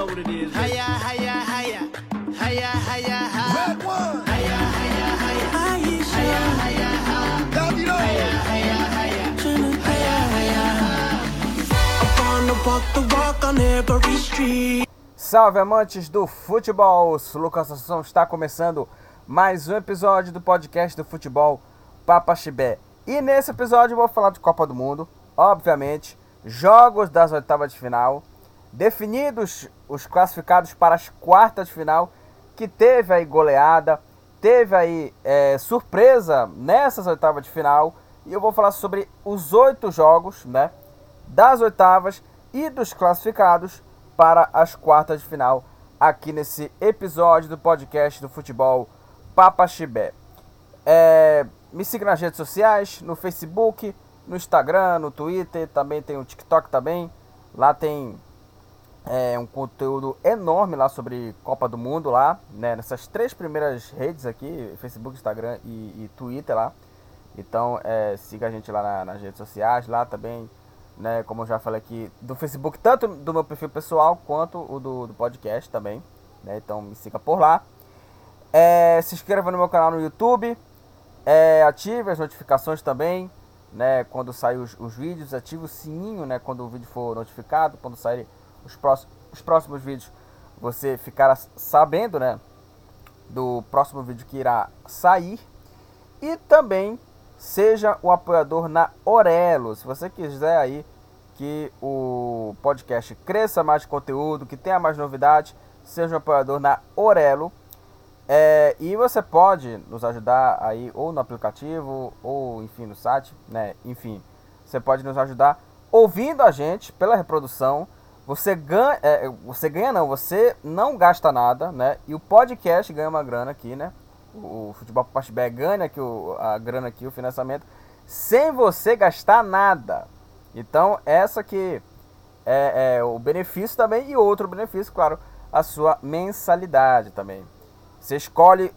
what it is. Hiya, hiya, hiya. Hiya, hiya, hiya. Red one. Hiya, hiya, hiya. Hiya, hiya, hiya. Davido. Hiya, hiya, hiya. Hiya, hiya, hiya. I wanna walk the walk on every street. Salve, amantes do futebol! Lucas Assunção está começando mais um episódio do podcast do futebol Papa Chibé. E nesse episódio eu vou falar de Copa do Mundo, obviamente, jogos das oitavas de final, definidos os classificados para as quartas de final, que teve aí goleada, teve aí surpresa nessas oitavas de final, e eu vou falar sobre os 8 jogos, né, das oitavas e dos classificados para as quartas de final aqui nesse episódio do podcast do futebol Papa Chibé. Me siga nas redes sociais, no Facebook, no Instagram, no Twitter, também tem o TikTok também. Lá tem um conteúdo enorme lá sobre Copa do Mundo lá, né, nessas 3 primeiras redes aqui, Facebook, Instagram e Twitter lá. Então siga a gente lá nas redes sociais, lá também, né, como eu já falei aqui, do Facebook, tanto do meu perfil pessoal quanto o do podcast também, né, então me siga por lá. Se inscreva no meu canal no YouTube, ative as notificações também, né, quando sair os vídeos, ative o sininho, né, quando o vídeo for notificado, quando sair os próximos vídeos, você ficará sabendo, né, do próximo vídeo que irá sair. E também seja um apoiador na Orelo. Se você quiser aí que o podcast cresça mais de conteúdo, que tenha mais novidades, seja um apoiador na Orelo. E você pode nos ajudar aí ou no aplicativo ou enfim no site, né? Enfim, você pode nos ajudar ouvindo a gente pela reprodução. Você não gasta nada, né? E o podcast ganha uma grana aqui, né? O Futebol Papa Chibé ganha aqui a grana aqui, o financiamento, sem você gastar nada. Então essa aqui é o benefício também. E outro benefício, claro, a sua mensalidade também. Você escolhe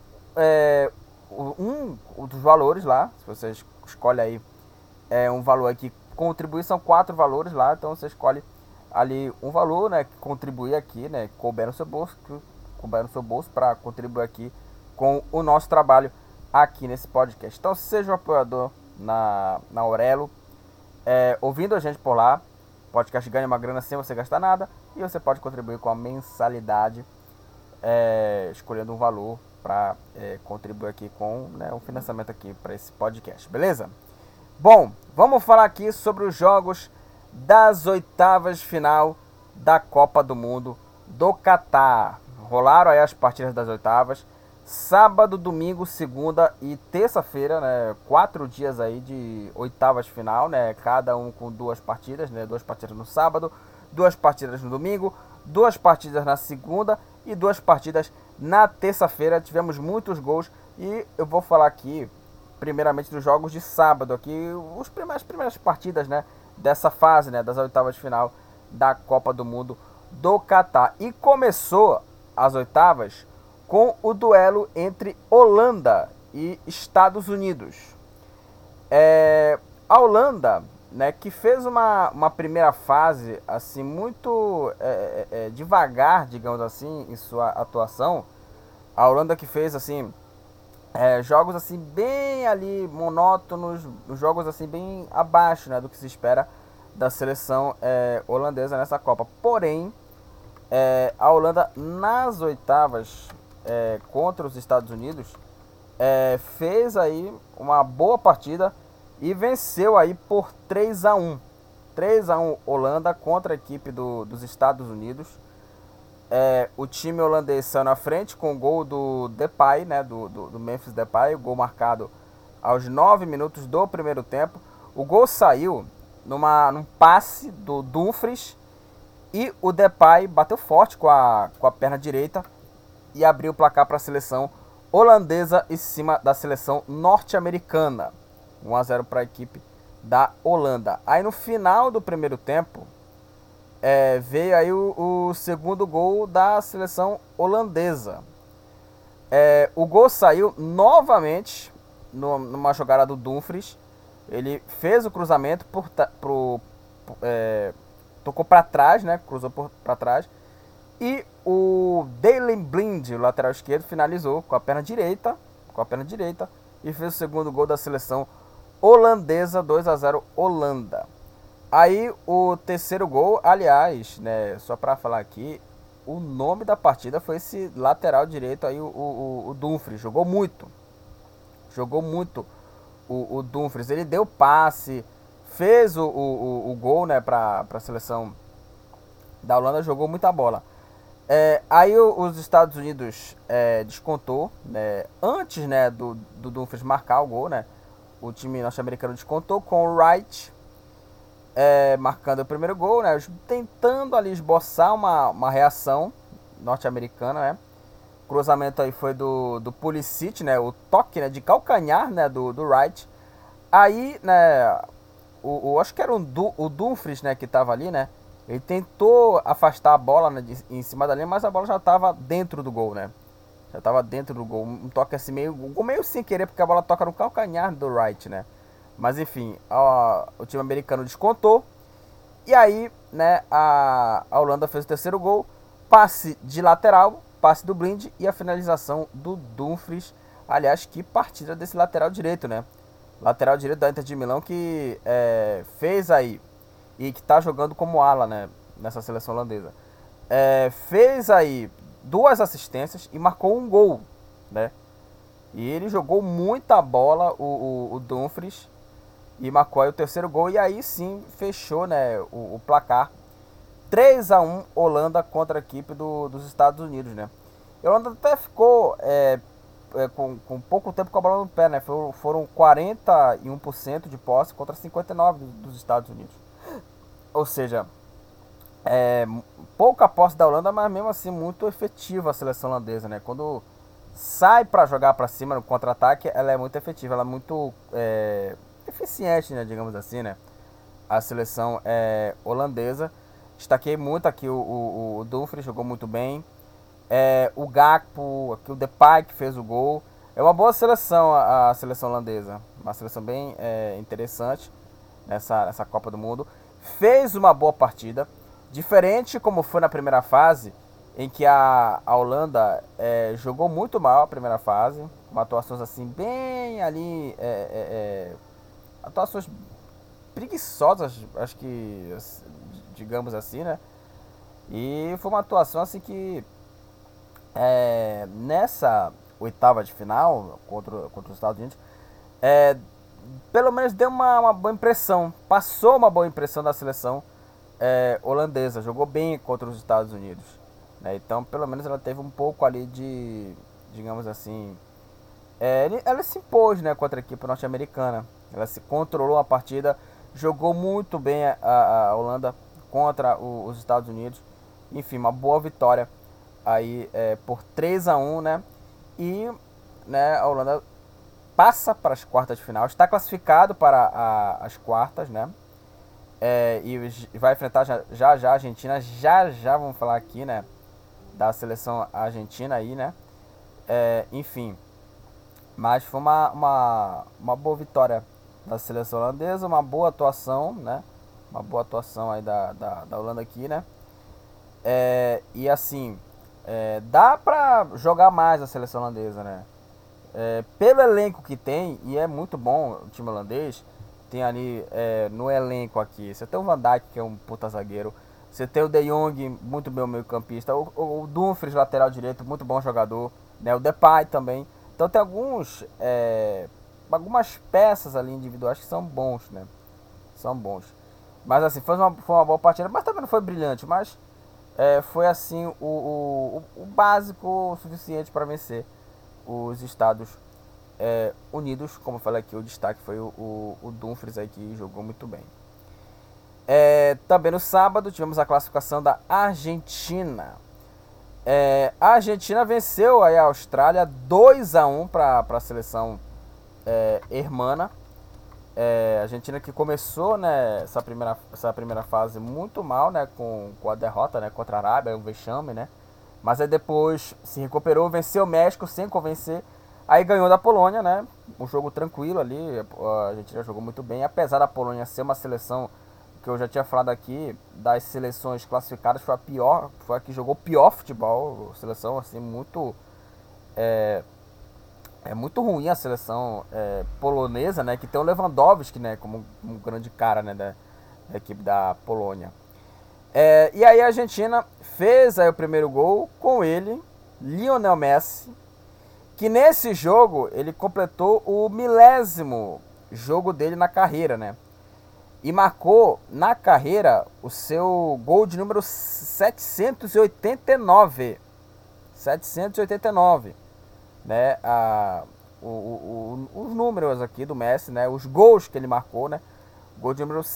um dos valores lá. Se você escolhe aí um valor aqui, contribuir, são 4 valores lá. Então você escolhe ali um valor, né, que contribui aqui, né, que couber no seu bolso para contribuir aqui com o nosso trabalho aqui nesse podcast. Então seja um apoiador na Orelo, ouvindo a gente por lá. O podcast ganha uma grana sem você gastar nada. E você pode contribuir com a mensalidade, escolhendo um valor para contribuir aqui com, né, o financiamento aqui para esse podcast, beleza? Bom, vamos falar aqui sobre os jogos das oitavas de final da Copa do Mundo do Catar. Rolaram aí as partidas das oitavas, sábado, domingo, segunda e terça-feira, né? 4 dias aí de oitavas de final, né? Cada um com 2 partidas, né? 2 partidas no sábado, 2 partidas no domingo, 2 partidas na segunda e 2 partidas na terça-feira. Tivemos muitos gols e eu vou falar aqui primeiramente dos jogos de sábado aqui, as primeiras partidas, né, dessa fase, né, das oitavas de final da Copa do Mundo do Catar. E começou as oitavas com o duelo entre Holanda e Estados Unidos. A Holanda, né, que fez uma primeira fase assim muito devagar, digamos assim, em sua atuação. A Holanda que fez assim jogos assim bem ali monótonos, jogos assim bem abaixo, né, do que se espera da seleção holandesa nessa Copa. Porém, a Holanda nas oitavas contra os Estados Unidos fez aí uma boa partida e venceu aí por 3-1. 3-1 Holanda contra a equipe dos Estados Unidos. O time holandês saiu na frente com o gol do Depay, né, do Memphis Depay, o gol marcado aos 9 minutos do primeiro tempo. O gol saiu num passe do Dumfries e o Depay bateu forte com a perna direita e abriu o placar para a seleção holandesa em cima da seleção norte-americana. 1-0 para a equipe da Holanda. Aí no final do primeiro tempo, veio aí o segundo gol da seleção holandesa. O gol saiu novamente numa jogada do Dumfries. Ele fez o cruzamento tocou para trás, né? Cruzou para trás E o Daley Blind, o lateral esquerdo, finalizou com a perna direita, e fez o segundo gol da seleção holandesa, 2-0 Holanda. Aí o terceiro gol, aliás, né, só para falar aqui, o nome da partida foi esse lateral direito aí, o Dumfries, jogou muito o Dumfries, ele deu passe, fez o gol, né, para a seleção da Holanda, jogou muita bola. Aí os Estados Unidos descontou, né, antes, né, do Dumfries marcar o gol, né, o time norte-americano descontou com o Wright marcando o primeiro gol, né, tentando ali esboçar uma reação norte-americana, né. O cruzamento aí foi do Pulisic, né, o toque, né, de calcanhar, né, do Wright. Aí, né, acho que era o Dumfries, né, que estava ali, né. Ele tentou afastar a bola, né, em cima da linha, mas a bola já estava dentro do gol, né? Já estava dentro do gol. Um toque assim meio sem querer, porque a bola toca no calcanhar do Wright, né? Mas enfim, o time americano descontou. E aí, né, a Holanda fez o terceiro gol. Passe de lateral, passe do Blind e a finalização do Dumfries. Aliás, que partida desse lateral direito, né? Lateral direito da Inter de Milão que fez aí e que está jogando como ala, né, nessa seleção holandesa. Fez aí 2 assistências e marcou um gol, né? E ele jogou muita bola, o Dumfries, e marcou aí o terceiro gol. E aí sim fechou, né, o placar. 3-1 Holanda contra a equipe dos Estados Unidos, né? E a Holanda até ficou com pouco tempo com a bola no pé, né? Foram 41% de posse contra 59% dos Estados Unidos. Ou seja, pouca posse da Holanda, mas mesmo assim muito efetiva a seleção holandesa, né? Quando sai para jogar para cima no contra-ataque, ela é muito efetiva, ela é muito eficiente, né? Digamos assim, né? A seleção holandesa. Destaquei muito aqui o Dumfries, jogou muito bem. O Gakpo, aqui o Depay que fez o gol. É uma boa seleção a seleção holandesa, uma seleção bem interessante nessa Copa do Mundo. Fez uma boa partida, diferente como foi na primeira fase, em que a Holanda jogou muito mal a primeira fase, com atuações assim bem ali, atuações preguiçosas, acho que, digamos assim, né? E foi uma atuação assim que nessa oitava de final contra os Estados Unidos, pelo menos deu uma boa impressão, passou uma boa impressão da seleção holandesa, jogou bem contra os Estados Unidos, né? Então pelo menos ela teve um pouco ali de, digamos assim, ela se impôs, né, contra a equipe norte-americana, ela se controlou a partida, jogou muito bem a Holanda contra os Estados Unidos, enfim, uma boa vitória aí por 3-1, né? E, né, a Holanda passa para as quartas de final, está classificado para as quartas, né? E vai enfrentar já a Argentina, já vamos falar aqui, né, da seleção argentina aí, né? Enfim, mas foi uma boa vitória da seleção holandesa, uma boa atuação, né? Uma boa atuação aí da Holanda aqui, né? E assim, dá pra jogar mais a seleção holandesa, né? Pelo elenco que tem, e é muito bom o time holandês, tem ali no elenco aqui, você tem o Van Dijk, que é um puta zagueiro, você tem o De Jong, muito bem meio campista, o Dumfries, lateral direito, muito bom jogador, né? O Depay também. Então tem algumas peças ali individuais que são bons, né? São bons. Mas assim, foi uma boa partida, mas também não foi brilhante, mas foi assim o básico o suficiente para vencer os Estados Unidos. Como eu falei aqui, o destaque foi o Dumfries aí, que jogou muito bem. Também no sábado tivemos a classificação da Argentina. A Argentina venceu aí a Austrália 2-1 para a seleção hermana. A Argentina que começou, né, essa primeira fase muito mal, né, com a derrota, né, contra a Arábia, um vexame, né, mas aí depois se recuperou, venceu o México sem convencer, aí ganhou da Polônia, né, um jogo tranquilo ali. A Argentina jogou muito bem, apesar da Polônia ser uma seleção que eu já tinha falado aqui, das seleções classificadas, foi a pior, foi a que jogou pior futebol. Seleção assim muito é muito ruim a seleção polonesa, né, que tem o Lewandowski, né, como um grande cara, né, da equipe da Polônia. E aí a Argentina fez aí o primeiro gol com ele, Lionel Messi, que nesse jogo ele completou o 10º jogo dele na carreira, né? E marcou na carreira o seu gol de número 789. 789, né? Os números aqui do Messi, né? Os gols que ele marcou, né? Gol de número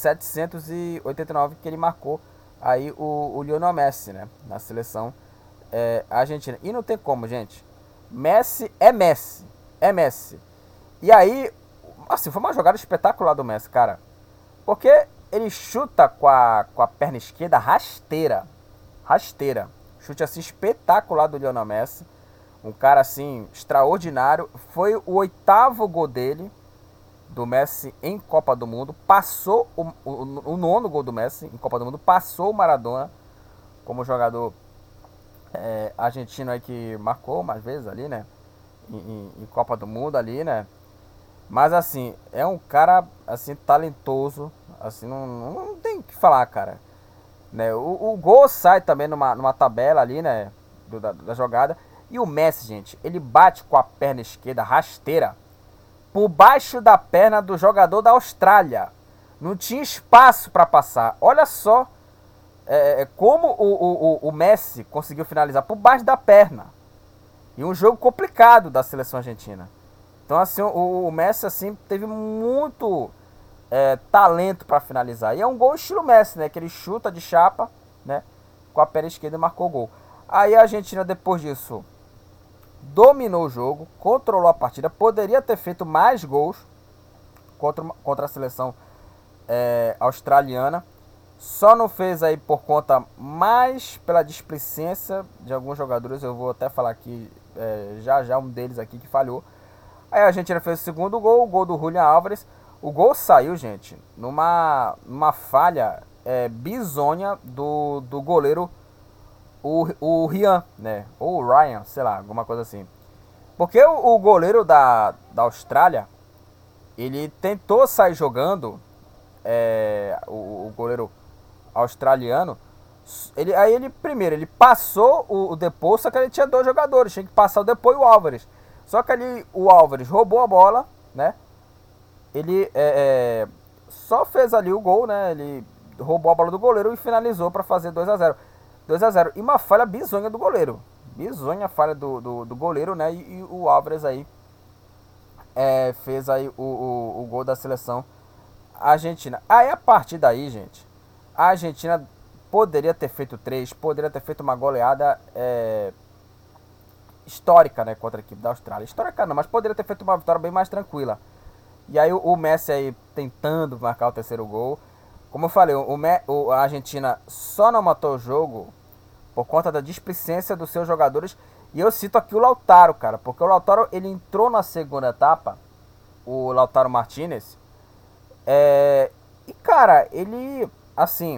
789 que ele marcou aí o Lionel Messi, né? Na seleção argentina. E não tem como, gente. Messi é Messi. É Messi. E aí, assim, foi uma jogada espetacular do Messi, cara. Porque ele chuta com a perna esquerda rasteira. Rasteira. Chute assim espetacular do Lionel Messi. Um cara assim extraordinário. Foi o 8º gol dele, do Messi em Copa do Mundo. Passou o 9º gol do Messi em Copa do Mundo. Passou o Maradona como jogador argentino aí que marcou mais vezes ali, né? Em Copa do Mundo ali, né? Mas assim, é um cara assim talentoso, assim, não tem o que falar, cara. Né? O gol sai também numa tabela ali, né? Da jogada. E o Messi, gente, ele bate com a perna esquerda rasteira por baixo da perna do jogador da Austrália. Não tinha espaço para passar. Olha só como o Messi conseguiu finalizar por baixo da perna. E um jogo complicado da seleção argentina. Então, assim, o Messi assim, teve muito talento para finalizar. E é um gol estilo Messi, né? Que ele chuta de chapa, né? Com a perna esquerda e marcou o gol. Aí a Argentina, depois disso, dominou o jogo, controlou a partida. Poderia ter feito mais gols contra a seleção australiana. Só não fez aí por conta mais pela displicência de alguns jogadores. Eu vou até falar aqui já um deles aqui que falhou. Aí a Argentina fez o segundo gol, o gol do Julián Álvares. O gol saiu, gente, numa falha bizonha do goleiro, o Ryan, né? Ou o Ryan, sei lá, alguma coisa assim. Porque o goleiro da Austrália, ele tentou sair jogando, o goleiro australiano. Aí ele passou o Depô, só que ele tinha 2 jogadores, tinha que passar o Depô e o Álvares. Só que ali o Álvares roubou a bola, né? Ele só fez ali o gol, né? Ele roubou a bola do goleiro e finalizou para fazer 2-0. 2-0. E uma falha bizonha do goleiro. Bizonha a falha do goleiro, né? E o Álvares aí fez aí o gol da seleção argentina. Aí a partir daí, gente, a Argentina poderia ter feito 3, poderia ter feito uma goleada histórica, né, contra a equipe da Austrália. Histórica não, mas poderia ter feito uma vitória bem mais tranquila. E aí o Messi aí tentando marcar o 3º gol. Como eu falei, a Argentina só não matou o jogo por conta da displicência dos seus jogadores. E eu cito aqui o Lautaro, cara, porque o Lautaro, ele entrou na segunda etapa, o Lautaro Martínez, e cara, ele, assim,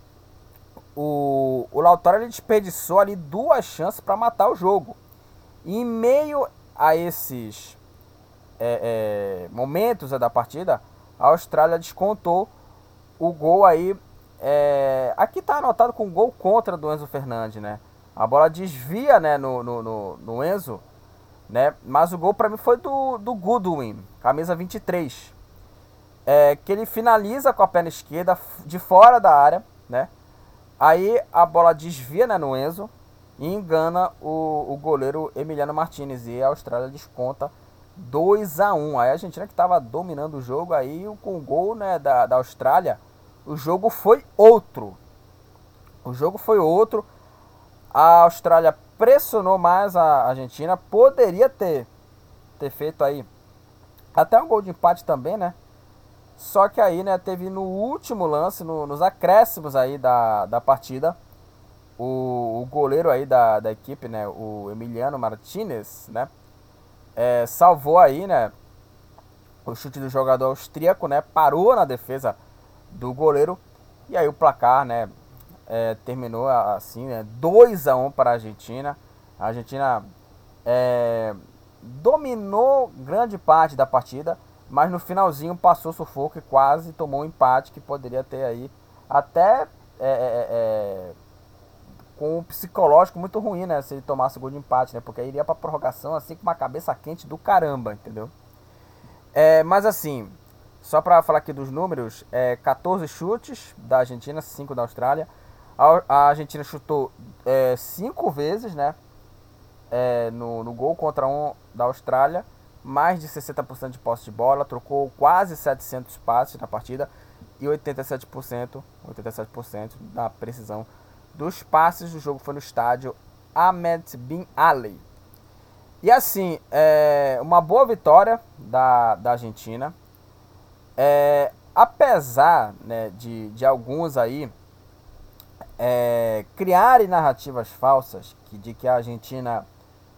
o Lautaro, ele desperdiçou ali 2 chances para matar o jogo. E em meio a esses momentos da partida, a Austrália descontou o gol aí. Aqui tá anotado com gol contra do Enzo Fernandes, né? A bola desvia, né, no Enzo, né? Mas o gol para mim foi do Goodwin, camisa 23. Que ele finaliza com a perna esquerda de fora da área, né? Aí a bola desvia, né, no Enzo e engana o goleiro Emiliano Martinez. E a Austrália desconta 2-1. Aí a Argentina, que estava dominando o jogo, aí com o gol, né, da Austrália, o jogo foi outro. O jogo foi outro. A Austrália pressionou mais a Argentina. Poderia ter feito aí até um gol de empate também, né? Só que aí, né, teve no último lance, nos acréscimos aí da partida, o goleiro aí da equipe, né, o Emiliano Martinez, né, salvou aí, né, o chute do jogador austríaco, né, parou na defesa do goleiro E aí o placar, né, terminou assim, né, 2-1 para a Argentina. A Argentina dominou grande parte da partida, mas no finalzinho passou sufoco e quase tomou um empate que poderia ter aí até com um psicológico muito ruim, né, se ele tomasse o gol de empate, né, porque aí iria pra prorrogação assim com uma cabeça quente do caramba, entendeu? Mas assim, só pra falar aqui dos números, 14 chutes da Argentina, 5 da Austrália. A Argentina chutou 5 vezes, né, no gol contra 1 da Austrália, mais de 60% de posse de bola, trocou quase 700 passes na partida e 87% da precisão dos passes do jogo foi no estádio Ahmed Bin Ali. E assim, uma boa vitória da Argentina, apesar, né, de alguns aí criarem narrativas falsas de que a Argentina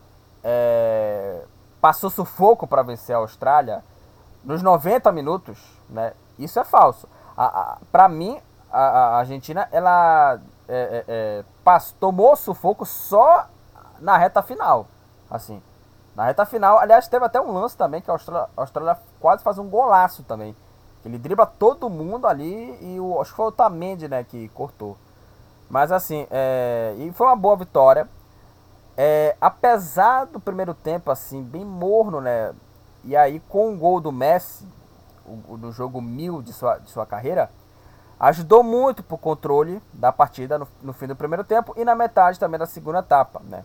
passou sufoco para vencer a Austrália nos 90 minutos, né? Isso é falso. Para mim, a Argentina ela tomou sufoco só na reta final, assim. Na reta final, aliás, teve até um lance também que a Austrália quase faz um golaço também. Ele dribla todo mundo ali e acho que foi o Otamendi, né, que cortou. Mas assim, e foi uma boa vitória. Apesar do primeiro tempo assim bem morno, né? E aí com o gol do Messi, no jogo 1000 de sua carreira, ajudou muito pro controle da partida no fim do primeiro tempo e na metade também da segunda etapa, né?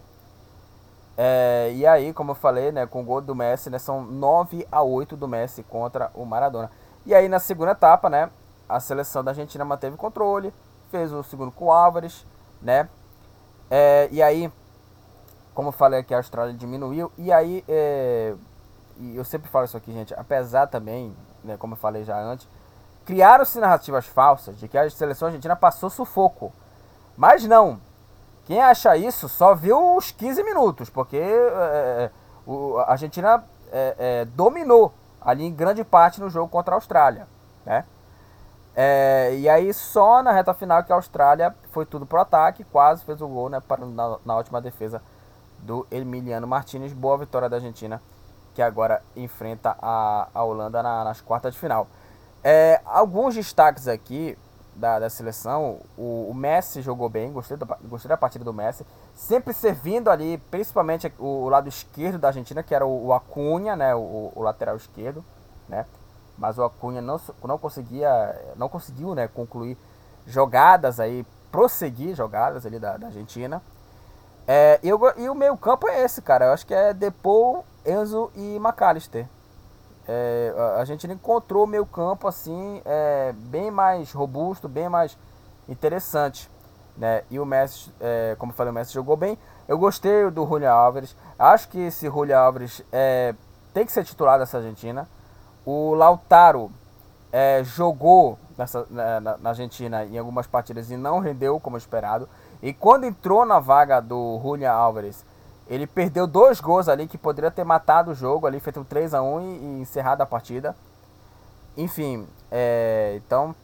E aí, como eu falei, né, com o gol do Messi, né, são 9-8 do Messi contra o Maradona. E aí na segunda etapa, né, a seleção da Argentina manteve o controle, fez o segundo com o Álvares, né? E aí, como eu falei aqui, a Austrália diminuiu. E aí, e eu sempre falo isso aqui, gente, apesar também, né, como eu falei já antes, criaram-se narrativas falsas de que a seleção argentina passou sufoco. Mas não. Quem acha isso só viu os 15 minutos, porque a Argentina dominou ali em grande parte no jogo contra a Austrália, né? E aí só na reta final que a Austrália foi tudo pro ataque, quase fez o gol, né, na última defesa do Emiliano Martinez. Boa vitória da Argentina, que agora enfrenta a Holanda nas quartas de final. Alguns destaques aqui da seleção. O Messi jogou bem, gostei da partida do Messi, sempre servindo ali, principalmente o lado esquerdo da Argentina, que era o Acunha, né, o lateral esquerdo, né? Mas o Acunha não conseguiu, né, concluir jogadas aí, prosseguir jogadas ali da Argentina. E o meio campo é esse, cara. Eu acho que é Depou, Enzo e McAllister. A gente encontrou o meio campo assim, bem mais robusto, bem mais interessante, né? E o Messi, como eu falei, o Messi jogou bem. Eu gostei do Julián Álvares. Acho que esse Julián Álvares tem que ser titular dessa Argentina. O Lautaro jogou na Argentina em algumas partidas e não rendeu como esperado. E quando entrou na vaga do Julián Álvares, ele perdeu 2 gols ali que poderia ter matado o jogo ali, feito um 3-1 e encerrado a partida. Enfim, então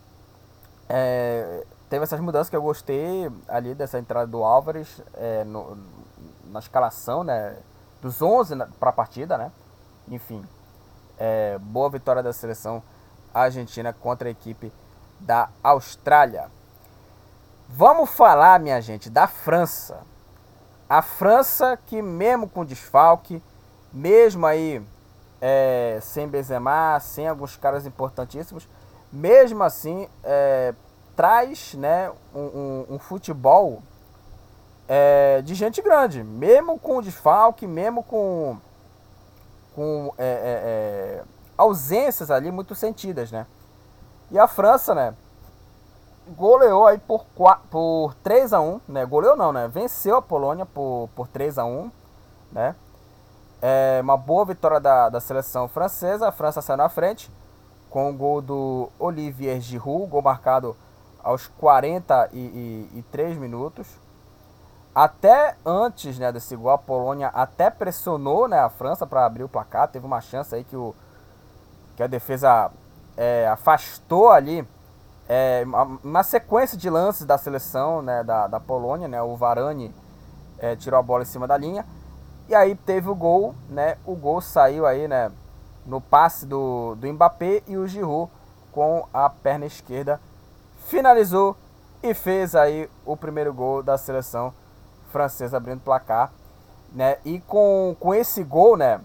teve essas mudanças que eu gostei ali dessa entrada do Álvares na escalação, né, dos 11 para a partida, né? Enfim, boa vitória da seleção argentina contra a equipe da Austrália. Vamos falar, minha gente, da França. A França que mesmo com desfalque, mesmo aí sem Benzema, sem alguns caras importantíssimos, mesmo assim traz, né, um futebol de gente grande, mesmo com desfalque, mesmo com ausências ali muito sentidas, né? E a França, né, goleou aí por 3-1, né? Goleou não, né? Venceu a Polônia por 3-1, né? Uma boa vitória da seleção francesa. A França saiu na frente com o gol do Olivier Giroud, gol marcado aos 43 minutos. Até antes, né, desse gol, a Polônia até pressionou, né, a França para abrir o placar. Teve uma chance aí que a defesa afastou ali uma sequência de lances da seleção, né, da Polônia, né, o Varane tirou a bola em cima da linha, e aí teve o gol, né, o gol saiu aí, né, no passe do Mbappé, e o Giroud com a perna esquerda finalizou e fez aí o primeiro gol da seleção francesa, abrindo o placar, né, e com esse gol, né,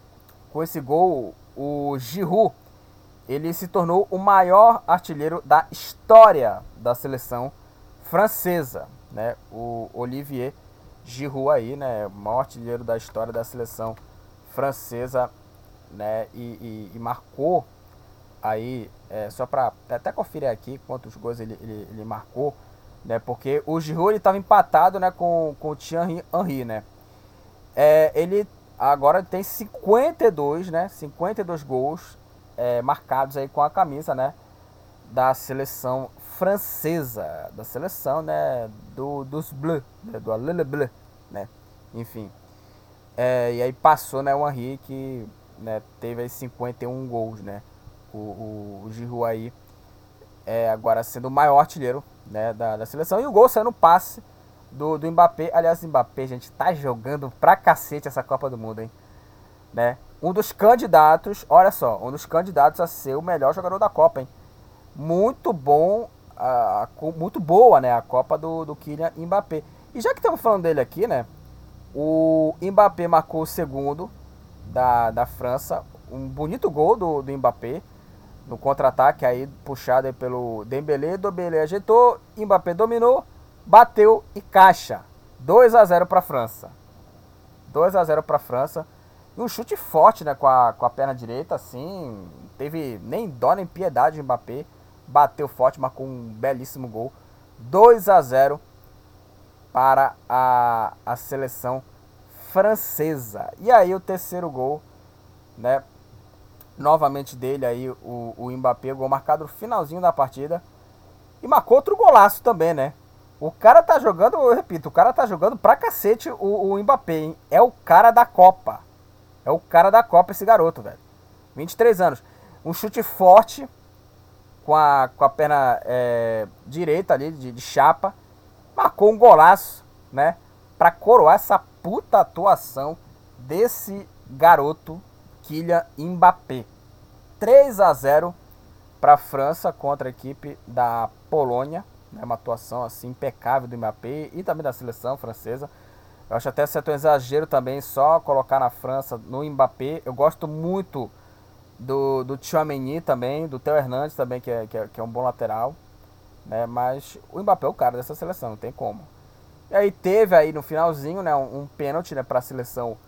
o Giroud, ele se tornou o maior artilheiro da história da seleção francesa, né? O Olivier Giroud aí, né? O maior artilheiro da história da seleção francesa, né? E marcou aí, só para até conferir aqui quantos gols ele marcou, né? Porque o Giroud ele estava empatado, né? Com o Thierry Henry, né? Ele agora tem 52, né? 52 gols marcados aí com a camisa, né, da seleção francesa, da seleção, né, dos Bleus, né, do Allele Bleu, né, enfim. E aí passou, né, o Henry, que, né, teve aí 51 gols, né, o Giroud aí agora sendo o maior artilheiro, né, da seleção, e o gol saiu no passe do Mbappé. Aliás, o Mbappé, gente, tá jogando pra cacete essa Copa do Mundo, hein, né. Um dos candidatos, olha só, um dos candidatos a ser o melhor jogador da Copa, hein? Muito bom, muito boa, né, a Copa do Kylian Mbappé. E já que estamos falando dele aqui, né, o Mbappé marcou o segundo da França, um bonito gol do Mbappé, no contra-ataque aí, puxado aí pelo Dembélé ajeitou, Mbappé dominou, bateu e caixa. 2-0 para a França. 2-0 para a França. E um chute forte, né, com a perna direita, assim, não teve nem dó nem piedade o Mbappé, bateu forte, marcou um belíssimo gol, 2-0 para a seleção francesa. E aí o terceiro gol, né, novamente dele aí, o Mbappé, gol marcado no finalzinho da partida, e marcou outro golaço também, né. O cara tá jogando, eu repito, o cara tá jogando pra cacete o Mbappé, hein? É o cara da Copa. É o cara da Copa esse garoto, velho. 23 anos. Um chute forte com a perna direita ali, de chapa. Marcou um golaço, né? Pra coroar essa puta atuação desse garoto, Kylian Mbappé. 3-0 pra França contra a equipe da Polônia. Né? Uma atuação assim impecável do Mbappé e também da seleção francesa. Eu acho até certo um exagero também só colocar na França no Mbappé. Eu gosto muito do Tchouaméni também, do Theo Hernandes também, que é um bom lateral, né? Mas o Mbappé é o cara dessa seleção, não tem como. E aí teve aí no finalzinho, né, um pênalti, né, para a seleção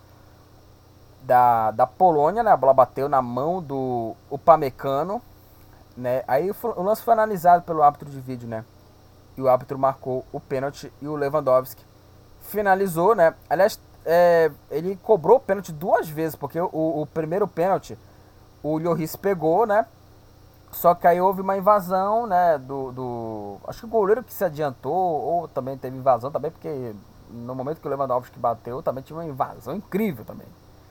da Polônia, né? A bola bateu na mão do Upamecano, né? Aí o lance foi analisado pelo árbitro de vídeo, né? E o árbitro marcou o pênalti e o Lewandowski finalizou, né? Aliás, ele cobrou o pênalti duas vezes, porque o primeiro pênalti o Lloris pegou, né? Só que aí houve uma invasão, né? Acho que o goleiro que se adiantou, ou também teve invasão também, porque no momento que o Lewandowski bateu, também tinha uma invasão incrível também.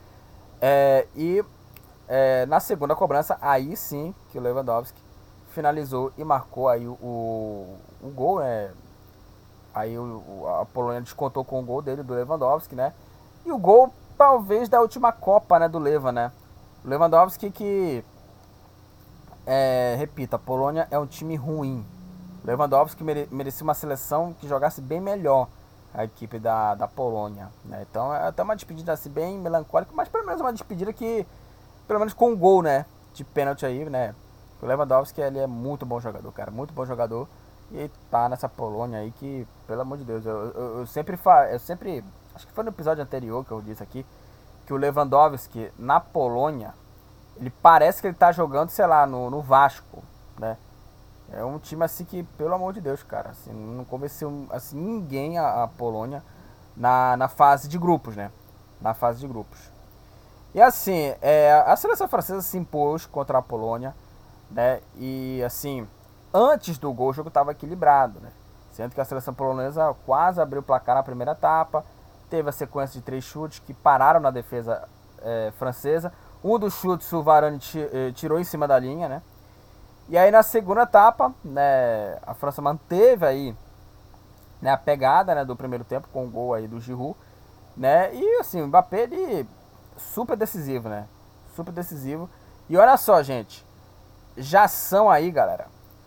Na segunda cobrança, aí sim que o Lewandowski finalizou e marcou aí o gol, né? Aí a Polônia descontou com o gol dele, do Lewandowski, né? E o gol, talvez, da última Copa, né, do Leva, né? O Lewandowski que... repito, a Polônia é um time ruim. O Lewandowski merecia uma seleção que jogasse bem melhor a equipe da Polônia, né? Então é até uma despedida assim, bem melancólica, mas pelo menos uma despedida que... Pelo menos com um gol, né? De pênalti aí, né? O Lewandowski, ele é muito bom jogador, cara. Muito bom jogador. E tá nessa Polônia aí que, pelo amor de Deus, eu sempre acho que foi no episódio anterior que eu disse aqui, que o Lewandowski na Polônia, ele parece que ele tá jogando, sei lá, no Vasco, né? É um time assim que, pelo amor de Deus, cara, assim, não convenceu assim, ninguém a Polônia na fase de grupos, né? Na fase de grupos. E assim, a seleção francesa se impôs contra a Polônia, né? E assim... Antes do gol, o jogo estava equilibrado, né? Sendo que a seleção polonesa quase abriu o placar na primeira etapa. Teve a sequência de 3 chutes que pararam na defesa francesa. Um dos chutes o Varane tirou em cima da linha, né? E aí na segunda etapa, né, a França manteve aí, né, a pegada, né, do primeiro tempo com o gol aí do Giroud, né? E assim, o Mbappé, ele super decisivo, né? Super decisivo. E olha só, gente, já são aí, galera,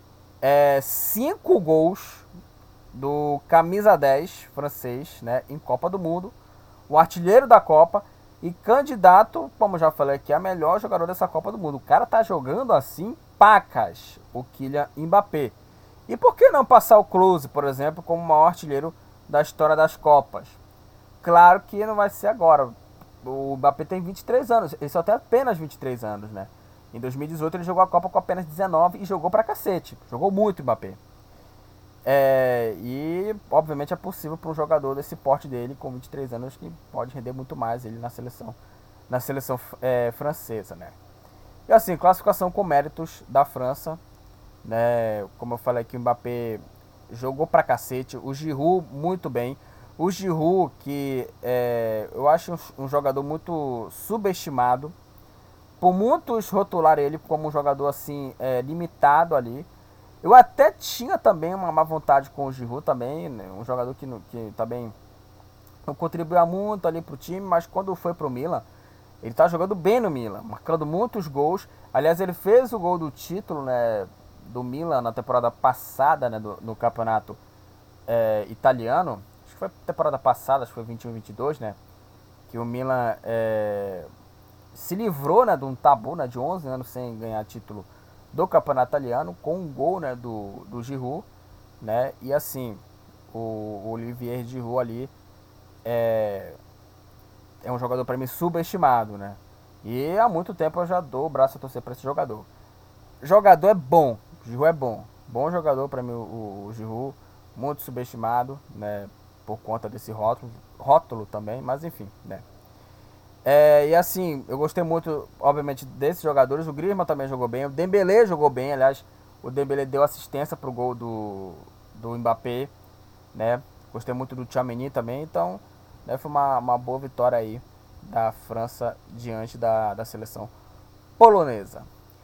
5 gols do camisa 10 francês, né, em Copa do Mundo, o artilheiro da Copa e candidato, como já falei aqui, a melhor jogador dessa Copa do Mundo. O cara tá jogando assim, pacas, o Kylian Mbappé. E por que não passar o Klose, por exemplo, como o maior artilheiro da história das Copas? Claro que não vai ser agora. O Mbappé tem 23 anos, ele só tem apenas 23 anos, né? Em 2018 ele jogou a Copa com apenas 19 e jogou pra cacete. Jogou muito o Mbappé. E obviamente é possível para um jogador desse porte dele, com 23 anos, que pode render muito mais ele na seleção francesa, né? E assim, classificação com méritos da França, né? Como eu falei aqui, o Mbappé jogou pra cacete, o Giroud muito bem. O Giroud, que eu acho um jogador muito subestimado, por muitos rotular ele como um jogador assim, limitado ali. Eu até tinha também uma má vontade com o Giroud também, né? Um jogador que também não contribuía muito ali pro time, mas quando foi pro Milan, ele tá jogando bem no Milan, marcando muitos gols. Aliás, ele fez o gol do título, né, do Milan na temporada passada, né, no campeonato italiano. Acho que foi temporada passada, acho que foi 21-22, né, que o Milan se livrou, né, de um tabu, né, de 11 anos sem ganhar título do campeonato italiano, com um gol, né, do Giroud, né, e assim, o Olivier Giroud ali é um jogador para mim subestimado, né, e há muito tempo eu já dou o braço a torcer para esse jogador. Jogador é bom, Giroud é bom jogador para mim, o Giroud, muito subestimado, né, por conta desse rótulo também, mas enfim, né. E assim, eu gostei muito, obviamente, desses jogadores. O Griezmann também jogou bem, o Dembélé jogou bem. Aliás, o Dembélé deu assistência pro gol do Mbappé, né? Gostei muito do Tchouaméni também. Então, né, foi uma boa vitória aí da França diante da seleção polonesa.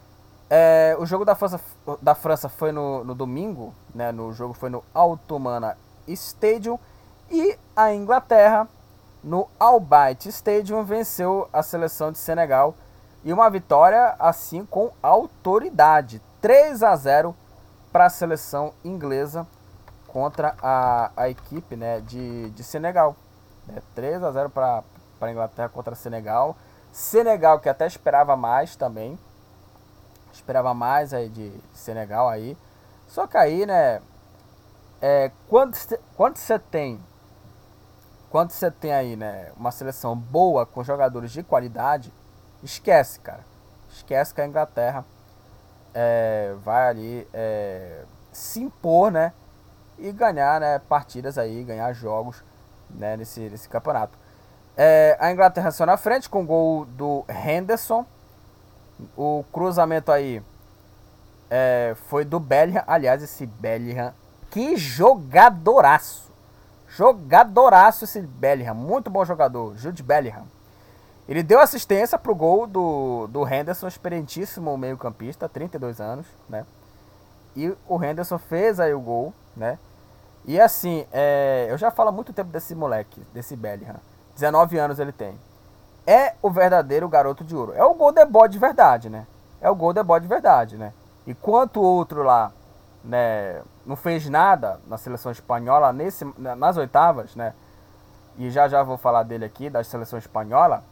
O jogo da França foi no domingo, né? O jogo foi no Al-Toumana Stadium. E a Inglaterra, no Al Bayt Stadium, venceu a seleção de Senegal. E uma vitória assim com autoridade. 3-0 para a seleção inglesa contra a equipe, né, de Senegal. 3-0 para a Inglaterra contra Senegal. Senegal que até esperava mais também. Esperava mais aí de Senegal aí. Só que aí, né, quando você tem aí, né, uma seleção boa com jogadores de qualidade, esquece, cara. Esquece que a Inglaterra vai ali se impor, né, e ganhar, né, partidas aí, ganhar jogos, né, nesse campeonato. A Inglaterra saiu na frente com o gol do Henderson. O cruzamento aí foi do Bellingham. Aliás, esse Bellingham, que jogadoraço! Jogadoraço esse Bellingham, muito bom jogador, Jude Bellingham. Ele deu assistência pro gol do Henderson, experientíssimo meio campista, 32 anos, né? E o Henderson fez aí o gol, né? E assim, eu já falo há muito tempo desse moleque, desse Bellingham. 19 anos ele tem. É o verdadeiro garoto de ouro. É o gol de boy de verdade, né? É o gol de boy de verdade, né? Enquanto o outro lá, né, não fez nada na seleção espanhola nas oitavas, né? E já vou falar dele aqui, da seleção espanhola.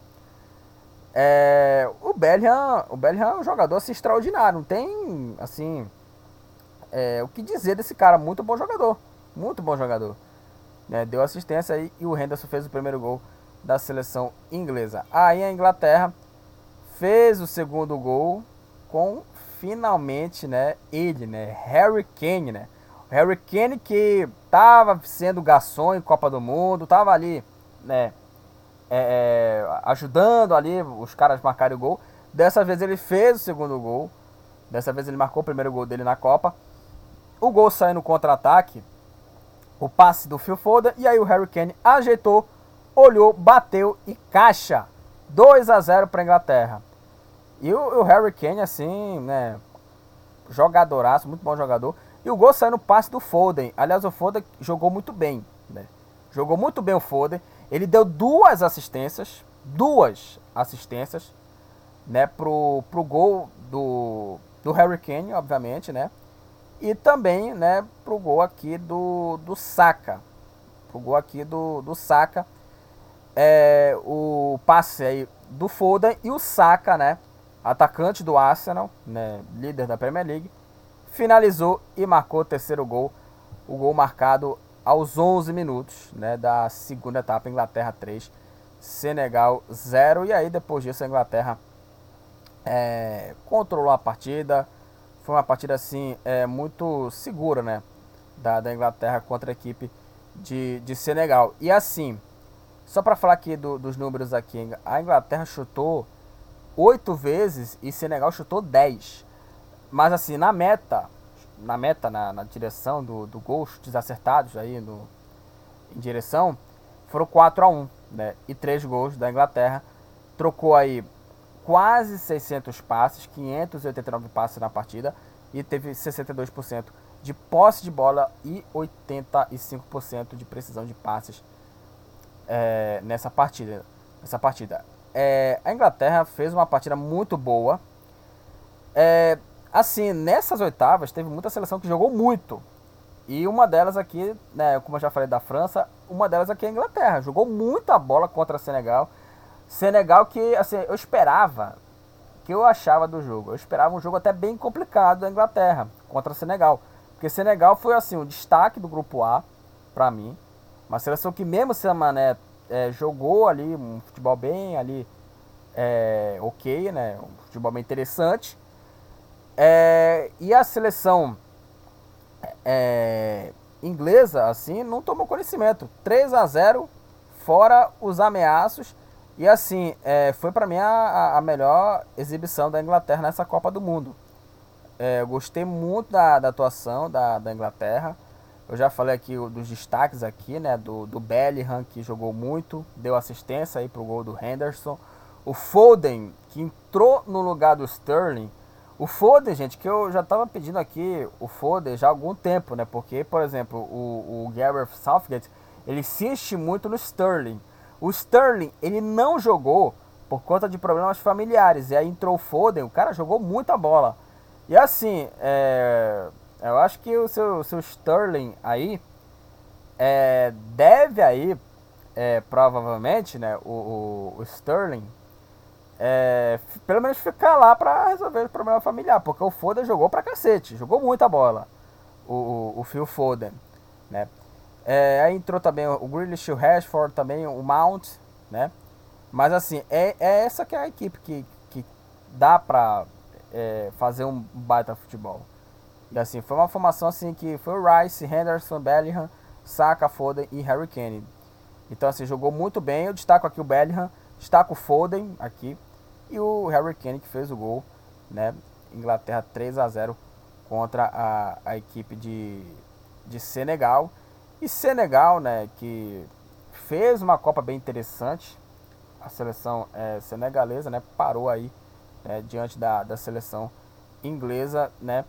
O Bellingham é um jogador assim, extraordinário. Não tem, assim, o que dizer desse cara. Muito bom jogador. Muito bom jogador. Deu assistência aí e o Henderson fez o primeiro gol da seleção inglesa. Aí a Inglaterra fez o segundo gol com, finalmente, né, ele, né, Harry Kane, né? O Harry Kane que tava sendo garçom em Copa do Mundo, tava ali, né, ajudando ali os caras marcarem o gol. Dessa vez ele fez o segundo gol. Dessa vez ele marcou o primeiro gol dele na Copa. O gol saiu no contra-ataque. O passe do Phil Foden. E aí o Harry Kane ajeitou, olhou, bateu e caixa. 2-0 para a Inglaterra. E o Harry Kane, assim, né, jogadoraço, muito bom jogador. E o gol saiu no passe do Foden. Aliás, o Foden jogou muito bem, né? Jogou muito bem o Foden. Ele deu duas assistências, né, pro gol do Harry Kane, obviamente, né? E também, né, pro gol aqui do Saka. Pro gol aqui do Saka. O passe aí do Foden e o Saka, né, atacante do Arsenal, né, líder da Premier League, finalizou e marcou o terceiro gol. O gol marcado aos 11 minutos, né, da segunda etapa. Inglaterra 3, Senegal 0. E aí depois disso a Inglaterra controlou a partida. Foi uma partida assim muito segura, né, da Inglaterra contra a equipe de Senegal. E assim, só para falar aqui dos números aqui, a Inglaterra chutou 8 vezes e Senegal chutou 10. Mas assim, na direção do gol, chutes acertados aí em direção, foram 4-1, né? E 3 gols da Inglaterra. Trocou aí quase 600 passes, 589 passes na partida, e teve 62% de posse de bola e 85% de precisão de passes nessa partida. A Inglaterra fez uma partida muito boa. Assim, nessas oitavas teve muita seleção que jogou muito. E uma delas aqui, né, como eu já falei da França, uma delas aqui é a Inglaterra. Jogou muita bola contra a Senegal. Senegal que, assim, eu achava do jogo. Eu esperava um jogo até bem complicado da Inglaterra contra a Senegal. Porque Senegal foi, assim, o destaque do grupo A, pra mim. Uma seleção que mesmo sem a Mané jogou ali um futebol bem ali, ok, né, um futebol bem interessante. E a seleção inglesa, assim, não tomou conhecimento. 3-0, fora os ameaços. E assim, foi pra mim a melhor exibição da Inglaterra nessa Copa do Mundo. Eu gostei muito da atuação da Inglaterra. Eu já falei aqui dos destaques aqui, né, do Bellingham, que jogou muito, deu assistência aí pro gol do Henderson. O Foden, que entrou no lugar do Sterling. O Foden, gente, que eu já tava pedindo aqui o Foden já há algum tempo, né? Porque, por exemplo, o Gareth Southgate, ele insiste muito no Sterling. O Sterling, ele não jogou por conta de problemas familiares. E aí entrou o Foden, o cara jogou muita bola. E assim, eu acho que o seu Sterling aí deve aí, provavelmente, né, o Sterling, pelo menos ficar lá pra resolver o problema familiar, porque o Foden jogou pra cacete, jogou muita bola, o Phil Foden, né. Aí entrou também o Grealish, o Rashford, também o Mount, né. Mas assim, essa que é a equipe que dá pra fazer um baita futebol. E assim, foi uma formação assim que foi o Rice, Henderson, Bellingham, Saka, Foden e Harry Kane. Então assim, jogou muito bem. Eu destaco aqui o Bellingham, destaco o Foden aqui e o Harry Kane que fez o gol, né? Inglaterra 3-0 contra a equipe de Senegal. E Senegal, né, que fez uma Copa bem interessante. A seleção senegalesa, né, parou aí diante da seleção inglesa, né?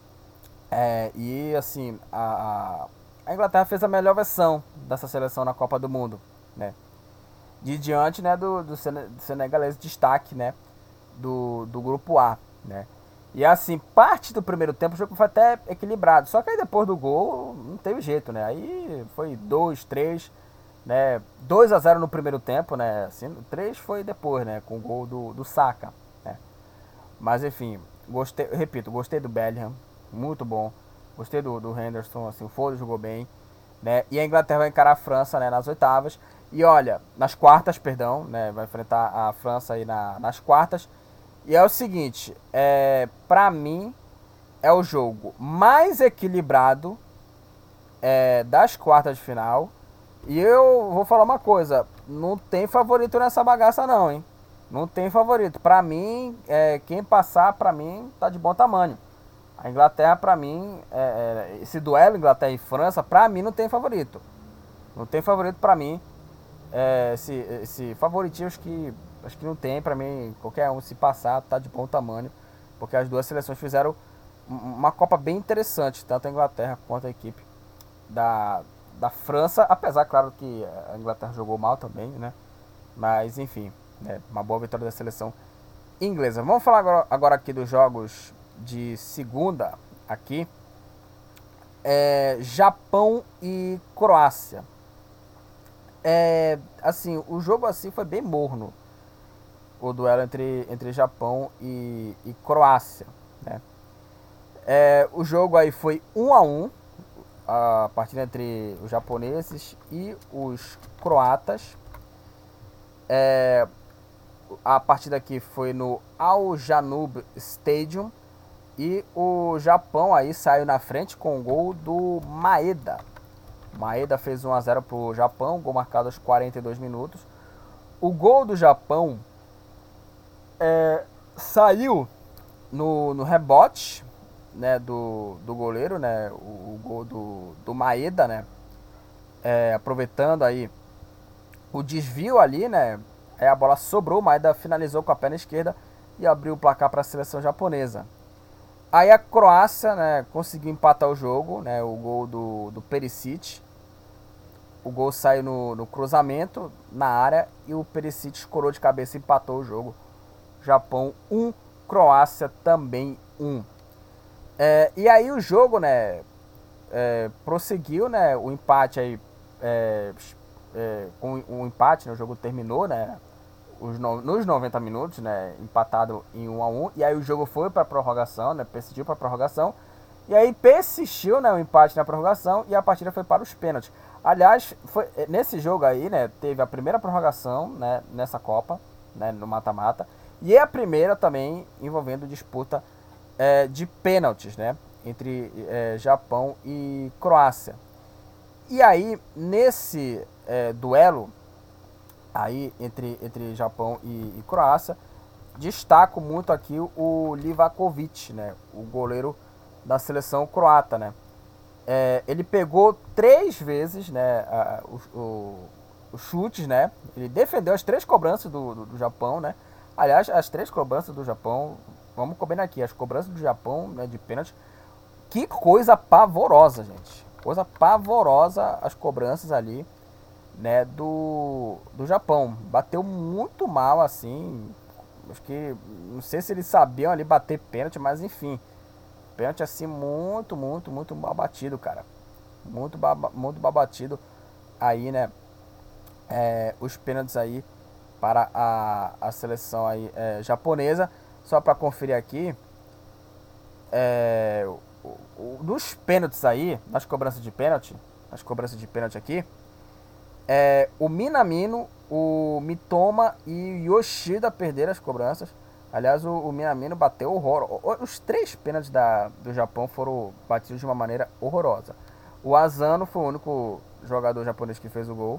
E assim, a Inglaterra fez a melhor versão dessa seleção na Copa do Mundo, né? De diante, né, do senegalês, destaque, né, do grupo A, né? E assim, parte do primeiro tempo o jogo foi até equilibrado, só que aí depois do gol não teve jeito, né? Aí foi 2-3, né? 2-0 no primeiro tempo, né? Assim, 3 foi depois, né, com o gol do Saka, né? Mas enfim, gostei do Bellingham, muito bom. Gostei do Henderson, assim, o Foden jogou bem, né? E a Inglaterra vai encarar a França, né, nas oitavas. E olha, nas quartas, perdão, né, vai enfrentar a França aí nas quartas. E é o seguinte, pra mim é o jogo mais equilibrado das quartas de final. E eu vou falar uma coisa, não tem favorito nessa bagaça não, hein? Não tem favorito. Pra mim, quem passar, pra mim, tá de bom tamanho. A Inglaterra, pra mim, esse duelo Inglaterra e França, pra mim, não tem favorito. Não tem favorito pra mim. Esse favoritinho, acho que não tem. Pra mim, qualquer um, se passar, tá de bom tamanho. Porque as duas seleções fizeram uma Copa bem interessante, tanto a Inglaterra quanto a equipe da França, apesar, claro, que a Inglaterra jogou mal também, né? Mas, enfim, né? Uma boa vitória da seleção inglesa. Vamos falar agora aqui dos jogos de segunda, aqui. Japão e Croácia. Assim, o jogo assim foi bem morno. O duelo entre Japão e Croácia, né? O jogo aí foi 1-1, a partida entre os japoneses e os croatas. A partida aqui foi no Al Janub Stadium e o Japão aí saiu na frente com o gol do Maeda. Maeda fez 1-0 para o Japão, gol marcado aos 42 minutos. O gol do Japão saiu no rebote, né, do goleiro, né, o gol do Maeda, né, aproveitando aí o desvio ali, né, a bola sobrou, o Maeda finalizou com a perna esquerda e abriu o placar para a seleção japonesa. Aí a Croácia, né, conseguiu empatar o jogo, né, o gol do Perisic. O gol saiu no cruzamento na área e o Perisic escorou de cabeça e empatou o jogo. Japão 1, Croácia também 1. E aí o jogo, né, prosseguiu, né, o empate aí, com o empate, né, o jogo terminou, né, nos 90 minutos, né, empatado em 1-1, e aí o jogo foi para prorrogação, né, persistiu para prorrogação, e aí persistiu, né, o empate na prorrogação e a partida foi para os pênaltis. Aliás, nesse jogo aí, né, teve a primeira prorrogação, né, nessa Copa, né, no mata-mata, e a primeira também envolvendo disputa de pênaltis, né, entre Japão e Croácia. E aí, nesse duelo aí entre Japão e Croácia, destaco muito aqui o Livakovic, né, o goleiro da seleção croata, né. Ele pegou 3 vezes, né, os chutes, né, ele defendeu as 3 cobranças do Japão, né. Aliás, as 3 cobranças do Japão, vamos combinar aqui, as cobranças do Japão, né, de pênalti, que coisa pavorosa, gente. Coisa pavorosa as cobranças ali, né, do Japão. Bateu muito mal, assim. Acho que, não sei se eles sabiam ali bater pênalti, mas enfim. Pênalti assim muito mal batido, cara. Muito mal batido aí, né. Os pênaltis aí para a seleção aí, japonesa. Só para conferir aqui, dos pênaltis aí, nas cobranças de pênalti aqui, o Minamino, o Mitoma e o Yoshida perderam as cobranças. Aliás, o Minamino bateu horror. Os 3 pênaltis do Japão foram batidos de uma maneira horrorosa. O Asano foi o único jogador japonês que fez o gol.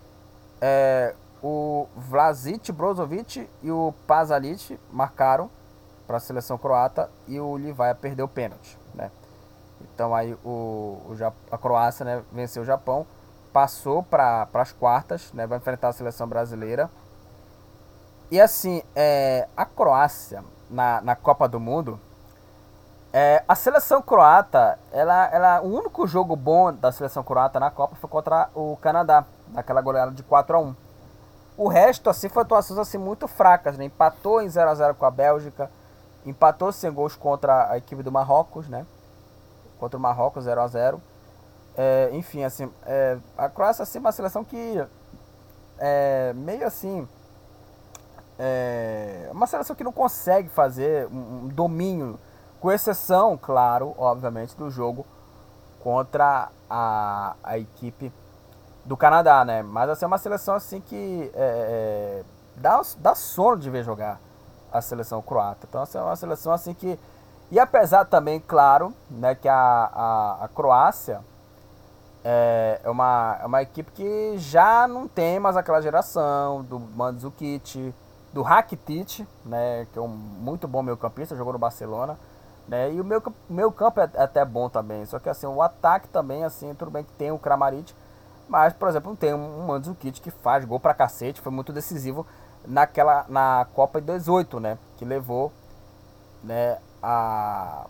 O Vlasic, Brozovic e o Pasalic marcaram para a seleção croata e o Livaja perdeu o pênalti, né? Então aí a Croácia, né, venceu o Japão, passou para as quartas, né, vai enfrentar a seleção brasileira. E assim, a Croácia na Copa do Mundo, a seleção croata, o único jogo bom da seleção croata na Copa foi contra o Canadá, naquela goleada de 4-1. O resto, assim, foi atuações assim, muito fracas, né? Empatou em 0-0 com a Bélgica, empatou sem gols contra a equipe do Marrocos, né? Contra o Marrocos, 0-0. Enfim, assim, a Croácia, assim, é uma seleção que meio assim, uma seleção que não consegue fazer um domínio, com exceção, claro, obviamente, do jogo contra a equipe do Canadá, né? Mas assim, é uma seleção assim que dá sono de ver jogar a seleção croata. Então assim, é uma seleção assim que... E apesar também, claro, né, que a Croácia é uma equipe que já não tem mais aquela geração do Mandzukic, do Rakitic, né, que é um muito bom meio-campista, jogou no Barcelona, né? E o meio campo é até bom também, só que assim, o ataque também, assim, tudo bem que tem o Kramaric, mas, por exemplo, não tem um Mandzukic que faz gol pra cacete, foi muito decisivo na Copa de 2018, né, que levou, né, a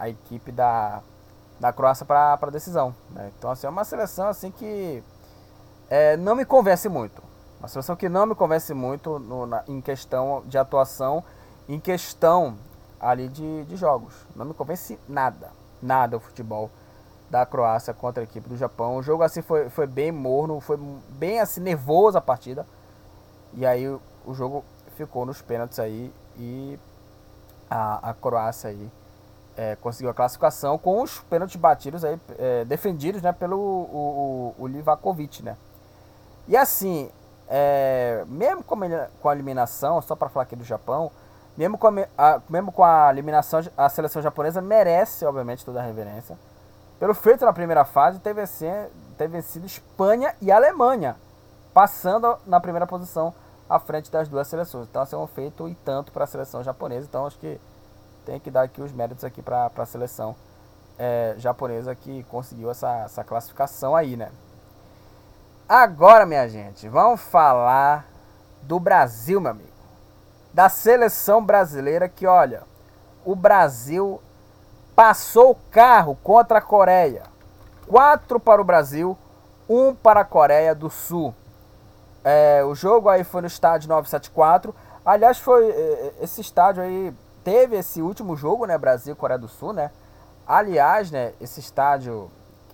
a equipe da Croácia para a decisão, né? Então, assim, é uma seleção assim que não me convence muito. Uma seleção que não me convence muito em questão de atuação, em questão ali de jogos. Não me convence nada o futebol da Croácia contra a equipe do Japão. O jogo assim foi bem morno, foi bem assim nervoso a partida. E aí o jogo ficou nos pênaltis aí e a Croácia aí conseguiu a classificação com os pênaltis batidos aí, defendidos, né, pelo o Livakovic, né? E assim, mesmo com a eliminação, só para falar aqui do Japão, mesmo com a eliminação, a seleção japonesa merece, obviamente, toda a reverência. Pelo feito na primeira fase, ter vencido Espanha e Alemanha, passando na primeira posição à frente das duas seleções. Então, assim, é um feito e tanto para a seleção japonesa. Então, acho que tem que dar aqui os méritos aqui para a seleção japonesa que conseguiu essa classificação aí, né? Agora, minha gente, vamos falar do Brasil, meu amigo. Da seleção brasileira que, olha, o Brasil passou o carro contra a Coreia. 4 para o Brasil, 1 para a Coreia do Sul. O jogo aí foi no estádio 974. Aliás, esse estádio aí teve esse último jogo, né? Brasil e Coreia do Sul, né? Aliás, né? Esse estádio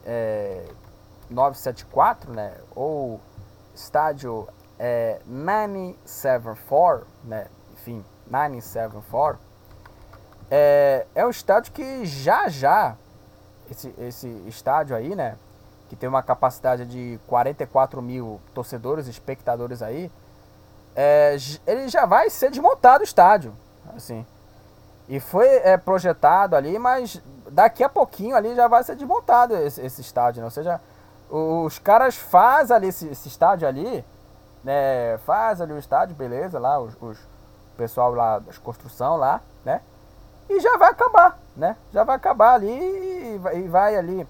974, né? Ou estádio 974, né? Enfim, 974. É um estádio que já esse estádio aí, né, que tem uma capacidade de 44 mil torcedores, espectadores aí, ele já vai ser desmontado o estádio, assim. E foi projetado ali, mas daqui a pouquinho ali já vai ser desmontado esse estádio, né? Ou seja, os caras fazem ali esse estádio ali, né, faz ali o estádio, beleza, lá os pessoal lá da construção lá, né? E já vai acabar, né? Já vai acabar ali e vai ali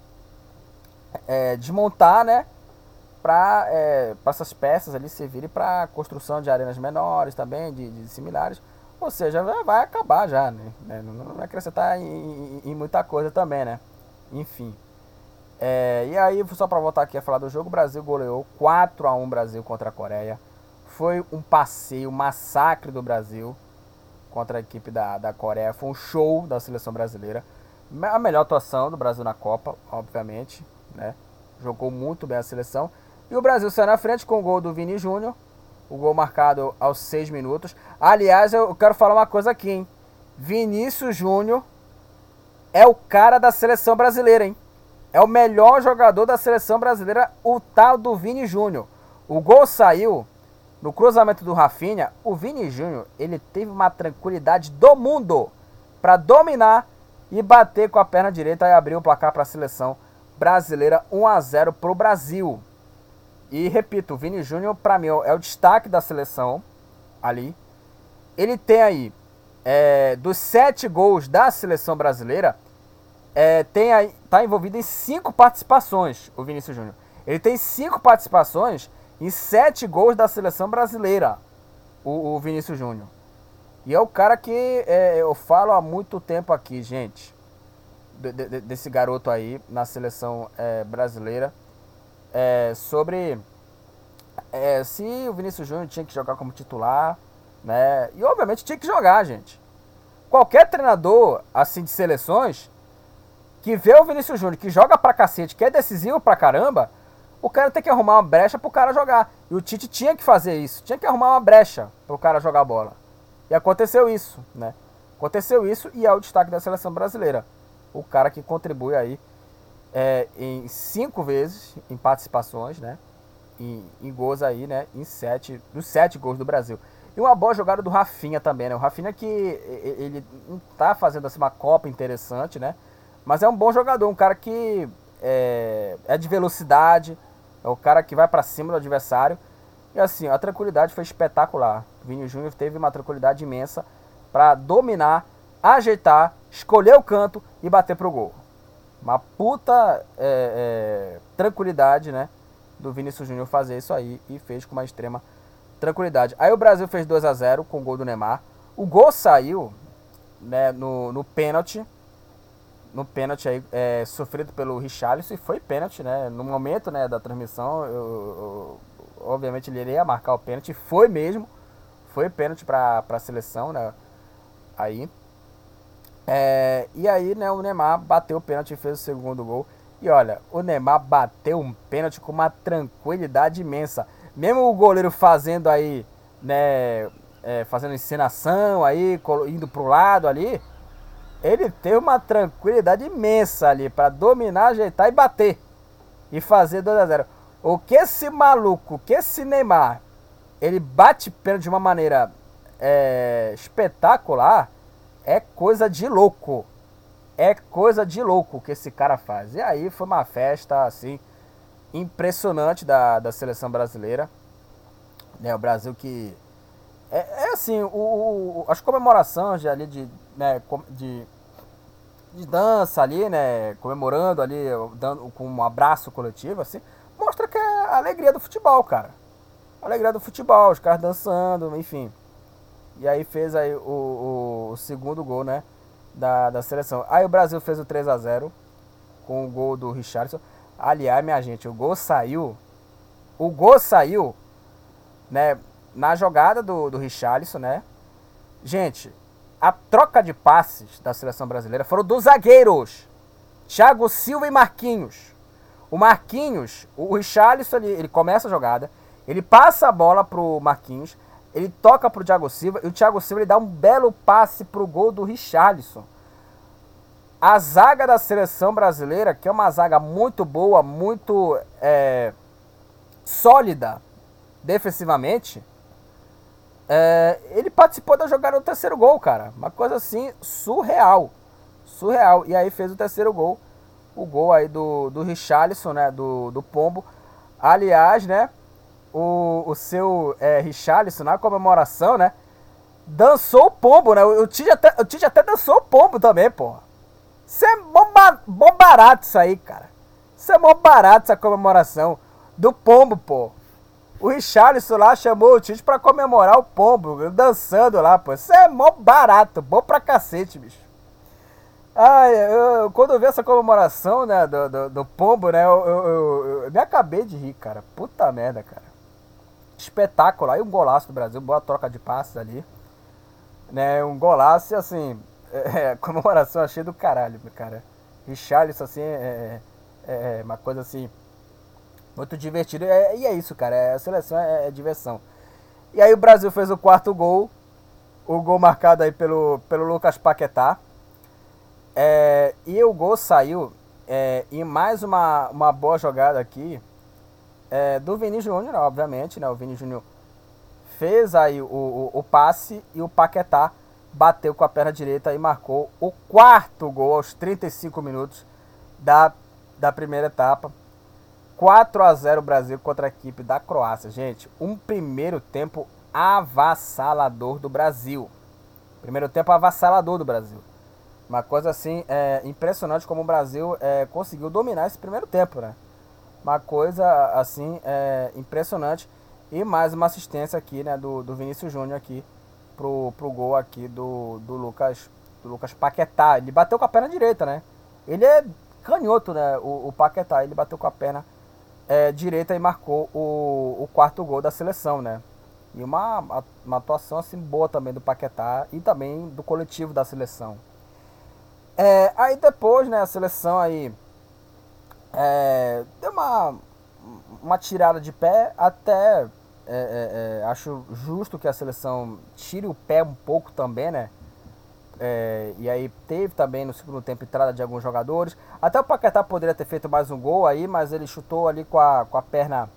desmontar, né? Para essas peças ali servirem para construção de arenas menores também, de similares. Ou seja, já vai acabar já, né? Não vai acrescentar em muita coisa também, né? Enfim. E aí, só para voltar aqui a falar do jogo, o Brasil goleou 4-1 Brasil contra a Coreia. Foi um passeio, um massacre do Brasil contra a equipe da Coreia. Foi um show da seleção brasileira. A melhor atuação do Brasil na Copa, obviamente, né? Jogou muito bem a seleção. E o Brasil saiu na frente com o gol do Vini Júnior. O gol marcado aos 6 minutos. Aliás, eu quero falar uma coisa aqui, hein? Vinícius Júnior é o cara da seleção brasileira, hein? É o melhor jogador da seleção brasileira, o tal do Vini Júnior. O gol saiu no cruzamento do Rafinha. O Vini Júnior, ele teve uma tranquilidade do mundo para dominar e bater com a perna direita e abrir o placar para a seleção brasileira. 1-0 para o Brasil. E repito, o Vini Júnior para mim é o destaque da seleção ali. Ele tem aí, dos 7 gols da seleção brasileira, tá envolvido em 5 participações, o Vinícius Júnior. Ele tem 5 participações em 7 gols da seleção brasileira, o Vinícius Júnior. E é o cara que eu falo há muito tempo aqui, gente, desse garoto aí na seleção brasileira, sobre se o Vinícius Júnior tinha que jogar como titular, né? E obviamente tinha que jogar, gente. Qualquer treinador assim de seleções que vê o Vinícius Júnior, que joga pra cacete, que é decisivo pra caramba, o cara tem que arrumar uma brecha pro cara jogar. E o Tite tinha que fazer isso, tinha que arrumar uma brecha pro cara jogar bola. E aconteceu isso, né? Aconteceu isso e é o destaque da seleção brasileira. O cara que contribui aí em 5 vezes em participações, né? Em gols aí, né? Dos 7 gols do Brasil. E uma boa jogada do Rafinha também, né? O Rafinha que ele não tá fazendo assim uma Copa interessante, né? Mas é um bom jogador, um cara que é de velocidade, é o cara que vai pra cima do adversário. E assim, a tranquilidade foi espetacular. O Vini Júnior teve uma tranquilidade imensa para dominar, ajeitar, escolher o canto e bater pro gol. Uma puta tranquilidade, né, do Vinícius Júnior fazer isso aí e fez com uma extrema tranquilidade. Aí o Brasil fez 2-0 com o gol do Neymar. O gol saiu, né, no pênalti. no pênalti aí, sofrido pelo Richarlison, e foi pênalti, né? No momento, né, da transmissão, obviamente ele iria marcar o pênalti, foi mesmo, foi pênalti para a seleção, né? Aí, e aí, né, o Neymar bateu o pênalti e fez o segundo gol. E olha, o Neymar bateu um pênalti com uma tranquilidade imensa. Mesmo o goleiro fazendo aí, né, fazendo encenação aí, indo pro lado ali, ele teve uma tranquilidade imensa ali para dominar, ajeitar e bater. E fazer 2-0. O que esse maluco, o que esse Neymar, ele bate pênalti de uma maneira espetacular, é coisa de louco. É coisa de louco que esse cara faz. E aí foi uma festa, assim, impressionante da seleção brasileira. Né, o Brasil que... assim, as comemorações ali de dança ali, né, comemorando ali, dando com um abraço coletivo, assim, mostra que é a alegria do futebol, cara. A alegria do futebol, os caras dançando, enfim. E aí fez aí o segundo gol, né, da seleção. Aí o Brasil fez o 3-0 com o gol do Richarlison. Aliás, minha gente, o gol saiu, né, na jogada do Richarlison, né. Gente, a troca de passes da seleção brasileira foram dos zagueiros Thiago Silva e Marquinhos. O Richarlison, ele começa a jogada, ele passa a bola pro Marquinhos, ele toca pro Thiago Silva, e o Thiago Silva ele dá um belo passe pro gol do Richarlison. A zaga da seleção brasileira, que é uma zaga muito boa, muito sólida defensivamente, ele participou da jogada do terceiro gol, cara. Uma coisa assim, surreal. E aí fez o terceiro gol. O gol aí do Richarlison, né, do Pombo. Aliás, né, o seu Richarlison, na comemoração, né, dançou o Pombo, né. O Tite até dançou o Pombo também, porra. Isso é mó barato isso aí, cara. Isso é mó barato essa comemoração do Pombo, pô. O Richarlison lá chamou o Tite pra comemorar o Pombo, dançando lá, pô. Isso é mó barato, bom pra cacete, bicho. Quando eu vi essa comemoração, né, do Pombo, né, eu me acabei de rir, cara. Puta merda, cara. Espetáculo. Aí um golaço do Brasil, boa troca de passes ali. Né, um golaço e assim, comemoração achei do caralho, cara. Richarlison, assim, uma coisa assim... muito divertido. E é isso, cara. A seleção é diversão. E aí o Brasil fez o quarto gol. O gol marcado aí pelo Lucas Paquetá. E o gol saiu em mais uma boa jogada aqui do Vini Júnior, obviamente, né? O Vini Júnior fez aí o passe e o Paquetá bateu com a perna direita e marcou o quarto gol aos 35 minutos da primeira etapa. 4-0 Brasil contra a equipe da Croácia. Gente, um primeiro tempo avassalador do Brasil. Uma coisa assim, impressionante como o Brasil conseguiu dominar esse primeiro tempo, né? Uma coisa assim, impressionante. E mais uma assistência aqui, né, do Vinícius Júnior aqui pro gol aqui do Lucas Paquetá. Ele bateu com a perna direita, né? Ele é canhoto, né? O Paquetá, ele bateu com a perna direita e marcou o quarto gol da seleção, né? E uma atuação assim boa também do Paquetá e também do coletivo da seleção. Aí depois, né, a seleção aí deu uma tirada de pé. Até acho justo que a seleção tire o pé um pouco também, né? E aí teve também no segundo tempo entrada de alguns jogadores. Até o Paquetá poderia ter feito mais um gol aí, mas ele chutou ali com a perna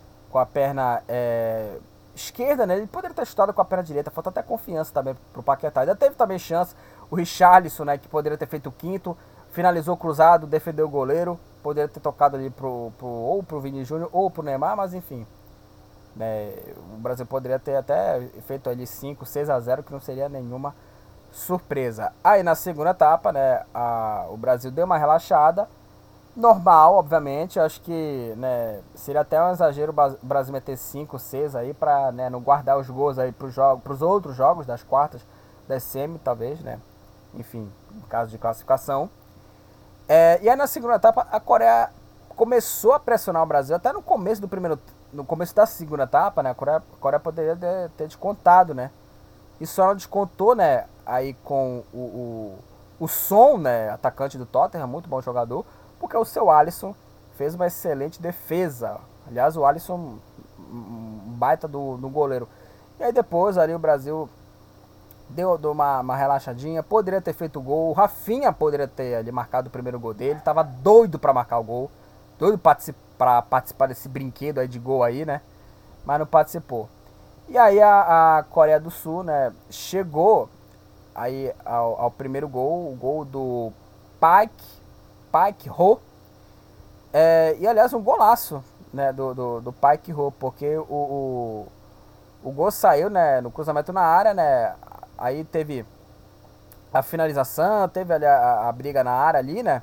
esquerda, né? Ele poderia ter chutado com a perna direita. Falta até confiança também pro Paquetá. Ainda teve também chance o Richarlison, né, que poderia ter feito o quinto, finalizou cruzado, defendeu o goleiro, poderia ter tocado ali ou pro Vini Júnior ou pro Neymar, mas enfim, né, o Brasil poderia ter até feito ali 5-6-0, que não seria nenhuma surpresa. Aí na segunda etapa, né, o Brasil deu uma relaxada, normal, obviamente. Acho que, né, seria até um exagero o Brasil meter 5-6 aí pra, né, não guardar os gols aí pros outros jogos das quartas, das semi, talvez, né, enfim, no caso de classificação. E aí na segunda etapa a Coreia começou a pressionar o Brasil, até no começo no começo da segunda etapa, né? A Coreia poderia ter descontado, né? E só não descontou, né? Aí com o Son, né? Atacante do Tottenham, muito bom jogador, porque o seu Alisson fez uma excelente defesa. Aliás, o Alisson, um baita do goleiro. E aí depois ali o Brasil deu uma relaxadinha, poderia ter feito o gol. O Rafinha poderia ter ali marcado o primeiro gol dele, tava doido pra marcar o gol, doido pra participar desse brinquedo aí de gol aí, né? Mas não participou. E aí a Coreia do Sul, né, chegou aí ao primeiro gol, o gol do Park Ho. E aliás, um golaço, né, do Park Ho, porque o gol saiu, né, no cruzamento na área, né? Aí teve a finalização, teve ali a briga na área ali, né?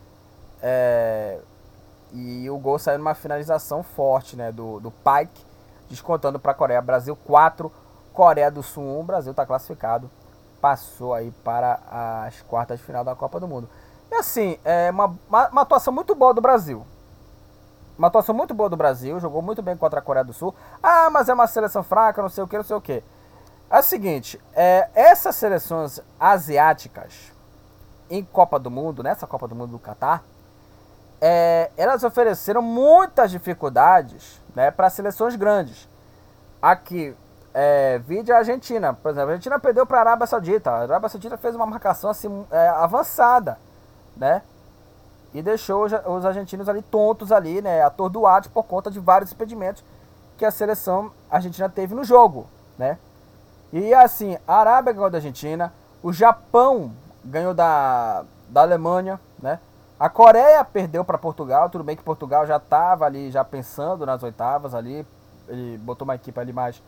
E o gol saiu numa finalização forte, né, do Pike, descontando para a Coreia. Brasil 4, Coreia do Sul 1. O Brasil está classificado, passou aí para as quartas de final da Copa do Mundo. E assim, uma atuação muito boa do Brasil. Uma atuação muito boa do Brasil, jogou muito bem contra a Coreia do Sul. Ah, mas é uma seleção fraca, não sei o que, não sei o que. É o seguinte, essas seleções asiáticas em Copa do Mundo, nessa Copa do Mundo do Catar, elas ofereceram muitas dificuldades, né, para seleções grandes. Aqui, vide a Argentina, por exemplo, a Argentina perdeu para a Arábia Saudita. A Arábia Saudita fez uma marcação assim, avançada, né, e deixou os argentinos ali tontos ali, né, atordoados por conta de vários impedimentos que a seleção argentina teve no jogo, né. E assim, a Arábia ganhou da Argentina, o Japão ganhou da Alemanha, né? A Coreia perdeu para Portugal, tudo bem que Portugal já estava ali, já pensando nas oitavas ali, ele botou uma equipe ali mais,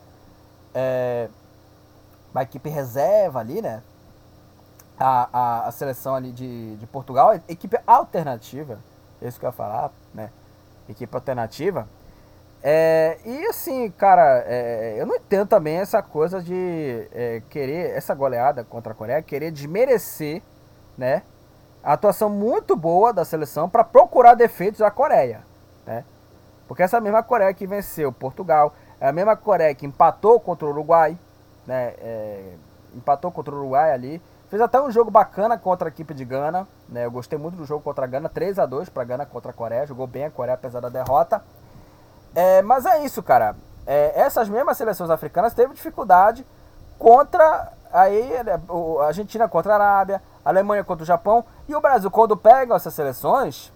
uma equipe reserva ali, né? A seleção ali de Portugal, equipe alternativa, é isso que eu ia falar, né? Equipe alternativa. E assim, cara, eu não entendo também essa coisa de querer, essa goleada contra a Coreia, querer desmerecer, né, a atuação muito boa da seleção para procurar defeitos da Coreia, né? Porque essa mesma Coreia que venceu Portugal, é a mesma Coreia que empatou contra o Uruguai, né? Empatou contra o Uruguai ali, fez até um jogo bacana contra a equipe de Gana, né? Eu gostei muito do jogo contra a Gana, 3-2 para Gana contra a Coreia, jogou bem a Coreia apesar da derrota. Mas é isso, cara. Essas mesmas seleções africanas teve dificuldade contra a Argentina contra a Arábia, a Alemanha contra o Japão, e o Brasil, quando pega essas seleções,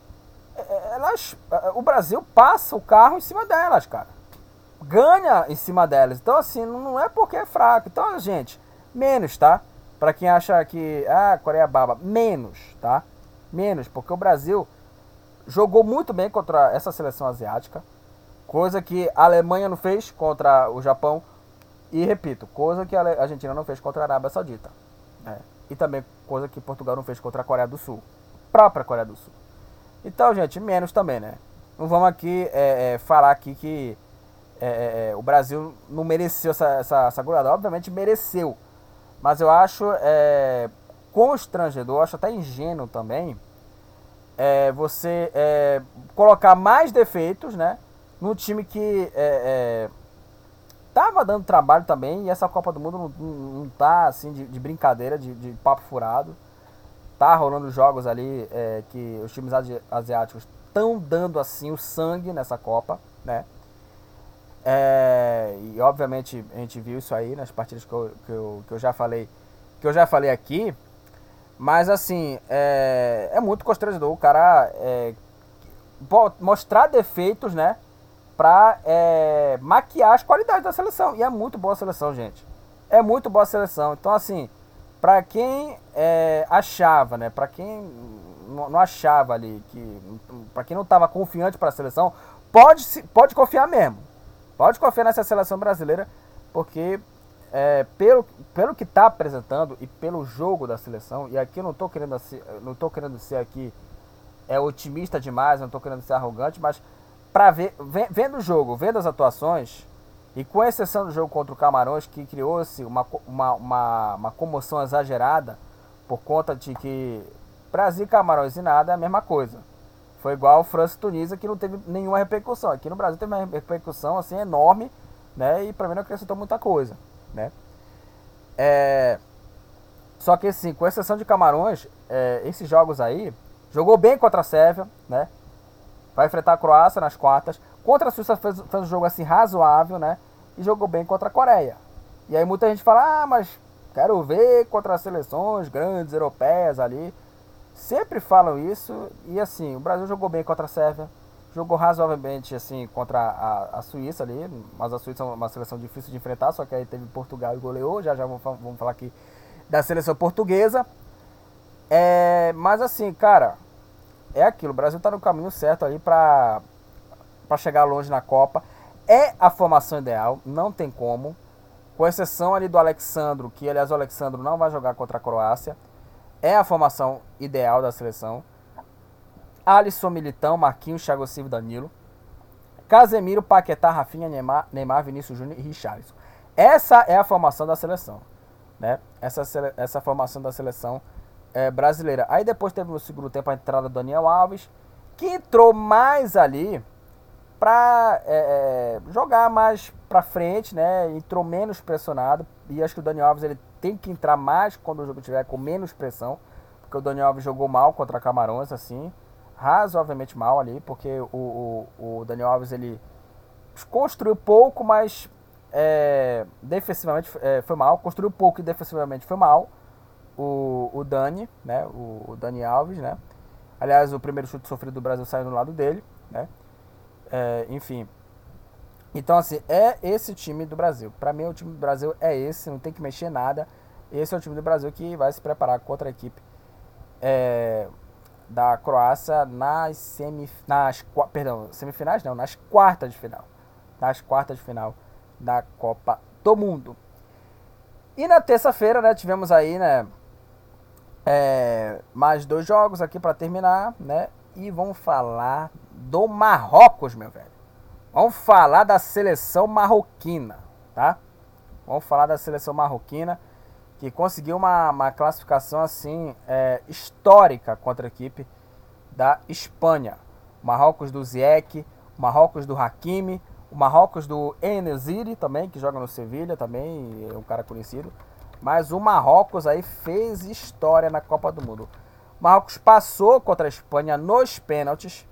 o Brasil passa o carro em cima delas, cara. Ganha em cima delas. Então, assim, não é porque é fraco. Então, gente, menos, tá? Pra quem acha que a Coreia é baba, menos, tá? Menos, porque o Brasil jogou muito bem contra essa seleção asiática. Coisa que a Alemanha não fez contra o Japão. E repito, coisa que a Argentina não fez contra a Arábia Saudita, né? E também coisa que Portugal não fez contra a Coreia do Sul. Própria Coreia do Sul. Então, gente, menos também, né? Não vamos aqui falar aqui que o Brasil não mereceu essa goleada. Obviamente mereceu. Mas eu acho constrangedor, acho até ingênuo também, você colocar mais defeitos, né, num time que tava dando trabalho também, e essa Copa do Mundo não tá assim de brincadeira, de papo furado. Tá rolando jogos ali que os times asiáticos estão dando assim o sangue nessa Copa, né? E obviamente a gente viu isso aí nas partidas que eu já falei aqui. Mas assim, é muito constrangedor o cara mostrar defeitos, né, pra maquiar as qualidades da seleção. E é muito boa a seleção, gente. É muito boa a seleção. Então, assim, pra quem achava, né, pra quem não achava ali, pra quem não tava confiante pra seleção, pode confiar mesmo. Pode confiar nessa seleção brasileira, porque pelo que está apresentando e pelo jogo da seleção, e aqui eu não estou querendo ser aqui otimista demais, não estou querendo ser arrogante, mas vendo o jogo, vendo as atuações, e com exceção do jogo contra o Camarões, que criou-se uma comoção exagerada por conta de que Brasil, Camarões e nada é a mesma coisa. Foi igual França e Tunísia, que não teve nenhuma repercussão. Aqui no Brasil teve uma repercussão assim, enorme, né? E pra mim não acrescentou muita coisa, né? Só que assim, com exceção de Camarões, esses jogos aí, jogou bem contra a Sérvia, né? Vai enfrentar a Croácia nas quartas. Contra a Suíça fez um jogo assim razoável, né? E jogou bem contra a Coreia. E aí muita gente fala, mas quero ver contra as seleções grandes, europeias ali. Sempre falam isso. E assim, o Brasil jogou bem contra a Sérvia. Jogou razoavelmente assim contra a Suíça ali. Mas a Suíça é uma seleção difícil de enfrentar. Só que aí teve Portugal e goleou. Já vamos falar aqui da seleção portuguesa. Mas assim, cara, é aquilo. O Brasil tá no caminho certo ali pra chegar longe na Copa. É a formação ideal. Não tem como. Com exceção ali do Alexandro, que aliás o Alexandro não vai jogar contra a Croácia. É a formação ideal da seleção. Alisson, Militão, Marquinhos, Thiago Silva e Danilo. Casemiro, Paquetá, Rafinha, Neymar, Vinícius Júnior e Richarlison. Essa é a formação da seleção, né? Essa formação da seleção brasileira. Aí depois teve no segundo tempo a entrada do Daniel Alves, que entrou mais ali para jogar mais para frente, né? Entrou menos pressionado. E acho que o Daniel Alves ele tem que entrar mais quando o jogo estiver com menos pressão, porque o Daniel Alves jogou mal contra Camarões, assim, razoavelmente mal ali, porque o Daniel Alves ele construiu pouco, mas defensivamente foi mal, construiu pouco e defensivamente foi mal. O Dani, né? O Dani Alves, né? Aliás, o primeiro chute sofrido do Brasil saiu do lado dele, né? Enfim. Então, assim, é esse o time do Brasil. Pra mim, o time do Brasil é esse, não tem que mexer nada. Esse é o time do Brasil que vai se preparar contra a equipe da Croácia nas semifinais, não, nas quartas de final. Nas quartas de final da Copa do Mundo. E na terça-feira, né, tivemos aí, né, mais 2 jogos aqui pra terminar, né? E vamos falar do Marrocos, meu velho. Vamos falar da seleção marroquina, tá? Vamos falar da seleção marroquina, que conseguiu uma classificação assim histórica contra a equipe da Espanha. O Marrocos do Ziyech, o Marrocos do Hakimi, o Marrocos do En-Nesyri também, que joga no Sevilha também, é um cara conhecido. Mas o Marrocos aí fez história na Copa do Mundo. O Marrocos passou contra a Espanha nos pênaltis.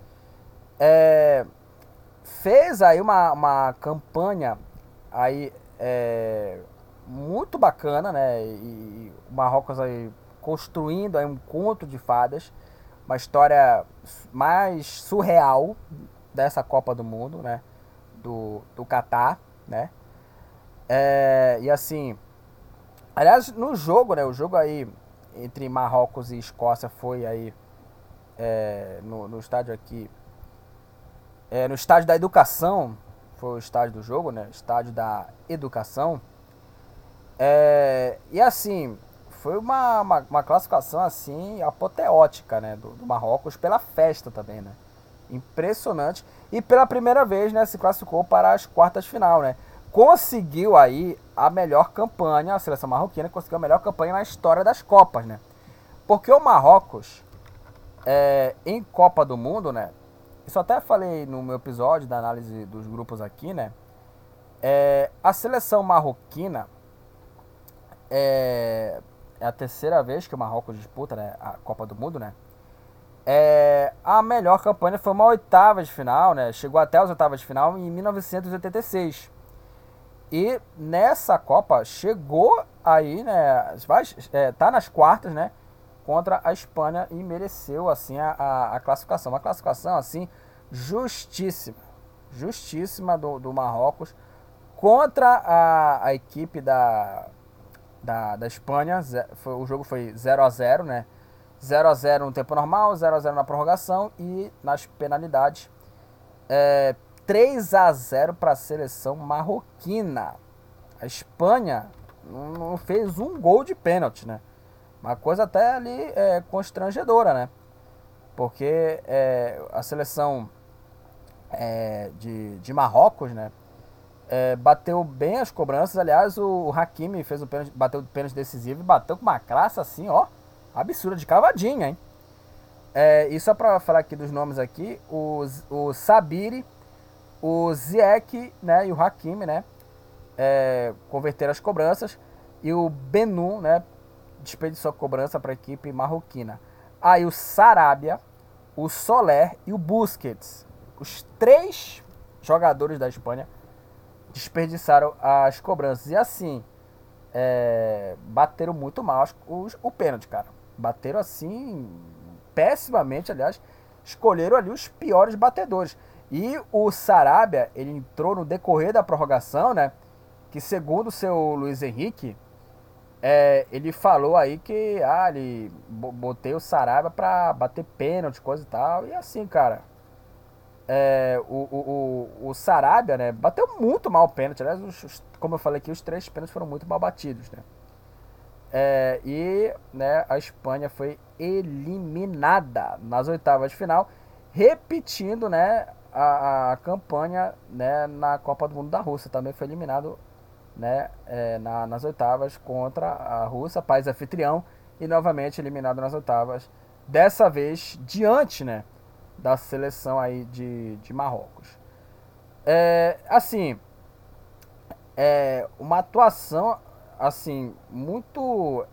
Fez aí uma campanha aí muito bacana, né? E o Marrocos aí construindo aí um conto de fadas, uma história mais surreal dessa Copa do Mundo, né? Do Catar, né? E assim, aliás, no jogo, né? O jogo aí entre Marrocos e Escócia foi aí no estádio aqui. No estádio da Educação, foi o estádio do jogo, né? Estádio da Educação. E assim, foi uma classificação assim apoteótica, né? Do Marrocos pela festa também, né? Impressionante. E pela primeira vez, né? Se classificou para as quartas de final, né? Conseguiu aí a melhor campanha, a seleção marroquina conseguiu a melhor campanha na história das Copas, né? Porque o Marrocos, em Copa do Mundo, né? Isso até falei no meu episódio da análise dos grupos aqui, né? A seleção marroquina é a terceira vez que o Marrocos disputa, né, a Copa do Mundo, né? A melhor campanha foi uma oitava de final, né? Chegou até as oitavas de final em 1986. E nessa Copa chegou aí, né? Tá nas quartas, né? Contra a Espanha e mereceu assim a classificação. Uma classificação assim justíssima. Justíssima do Marrocos contra a equipe da Espanha. O jogo foi 0-0, né? 0-0 no tempo normal, 0-0 na prorrogação e nas penalidades 3-0 para a seleção marroquina. A Espanha não fez um gol de pênalti, né? Uma coisa até ali constrangedora, né? Porque a seleção de Marrocos, né? Bateu bem as cobranças. Aliás, o Hakimi fez bateu o pênalti decisivo e bateu com uma classe assim, ó, absurda, de cavadinha, hein? E só para falar aqui dos nomes aqui, o Sabiri, o Ziyech, né, e o Hakimi, né, converteram as cobranças, e o Benu, né, desperdiçou a cobrança para a equipe marroquina. Aí o Sarabia, o Soler e o Busquets, os 3 jogadores da Espanha, desperdiçaram as cobranças. E assim, bateram muito mal o pênalti, cara. Bateram assim, pessimamente, aliás. Escolheram ali os piores batedores. E o Sarabia, ele entrou no decorrer da prorrogação, né? Que segundo o seu Luiz Henrique, ele falou aí que ele botei o Sarabia pra bater pênalti, coisa e tal. E assim, cara, o Sarabia, né, bateu muito mal o pênalti. Aliás, como eu falei aqui, os 3 pênaltis foram muito mal batidos, né? Né, a Espanha foi eliminada nas oitavas de final, repetindo, né, a campanha, né, na Copa do Mundo da Rússia. Também foi eliminado, né, nas oitavas contra a Rússia, país anfitrião, e novamente eliminado nas oitavas, dessa vez diante, né, da seleção aí de Marrocos. Assim, uma atuação assim muito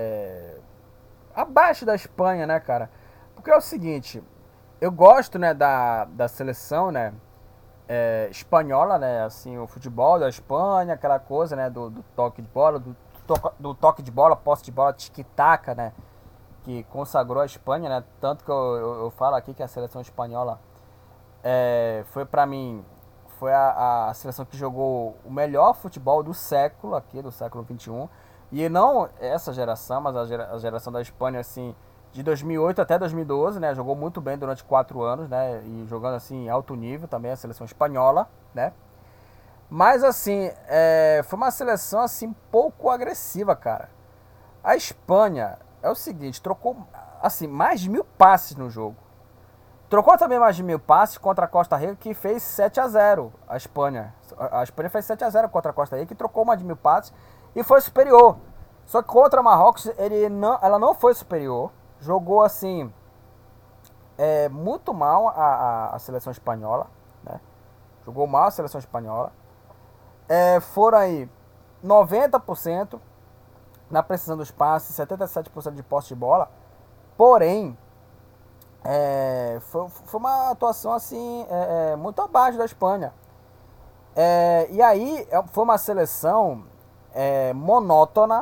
abaixo da Espanha, né, cara? Porque é o seguinte, eu gosto, né, da seleção, né, espanhola, né, assim, o futebol da Espanha, aquela coisa, né, do toque de bola, do toque de bola, posse de bola, tic-tac, né, que consagrou a Espanha, né, tanto que eu falo aqui que a seleção espanhola foi pra mim, foi a seleção que jogou o melhor futebol do século, aqui do século XXI, e não essa geração, mas a geração da Espanha, assim, de 2008 até 2012, né, jogou muito bem durante 4 anos, né, e jogando assim em alto nível também, a seleção espanhola, né. Mas assim, foi uma seleção assim pouco agressiva, cara. A Espanha é o seguinte, trocou assim mais de 1000 passes no jogo. Trocou também mais de 1000 passes contra a Costa Rica, que fez 7-0 a Espanha. A Espanha fez 7-0 contra a Costa Rica, que trocou mais de 1000 passes e foi superior. Só que contra Marrocos ela não foi superior. Jogou assim muito mal a seleção espanhola, né? Jogou mal a seleção espanhola. Foram aí 90% na precisão dos passes, 77% de posse de bola. Porém, foi uma atuação assim muito abaixo da Espanha. E aí foi uma seleção monótona,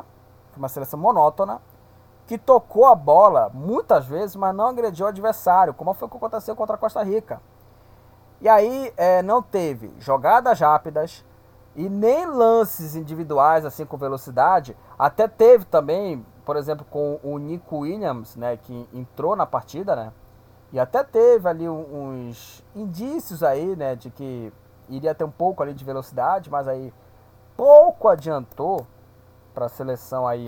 que tocou a bola muitas vezes, mas não agrediu o adversário, como foi o que aconteceu contra a Costa Rica. E aí não teve jogadas rápidas e nem lances individuais assim com velocidade. Até teve também, por exemplo, com o Nico Williams, né, que entrou na partida, né? E até teve ali uns indícios aí, né, de que iria ter um pouco ali de velocidade, mas aí pouco adiantou para a seleção aí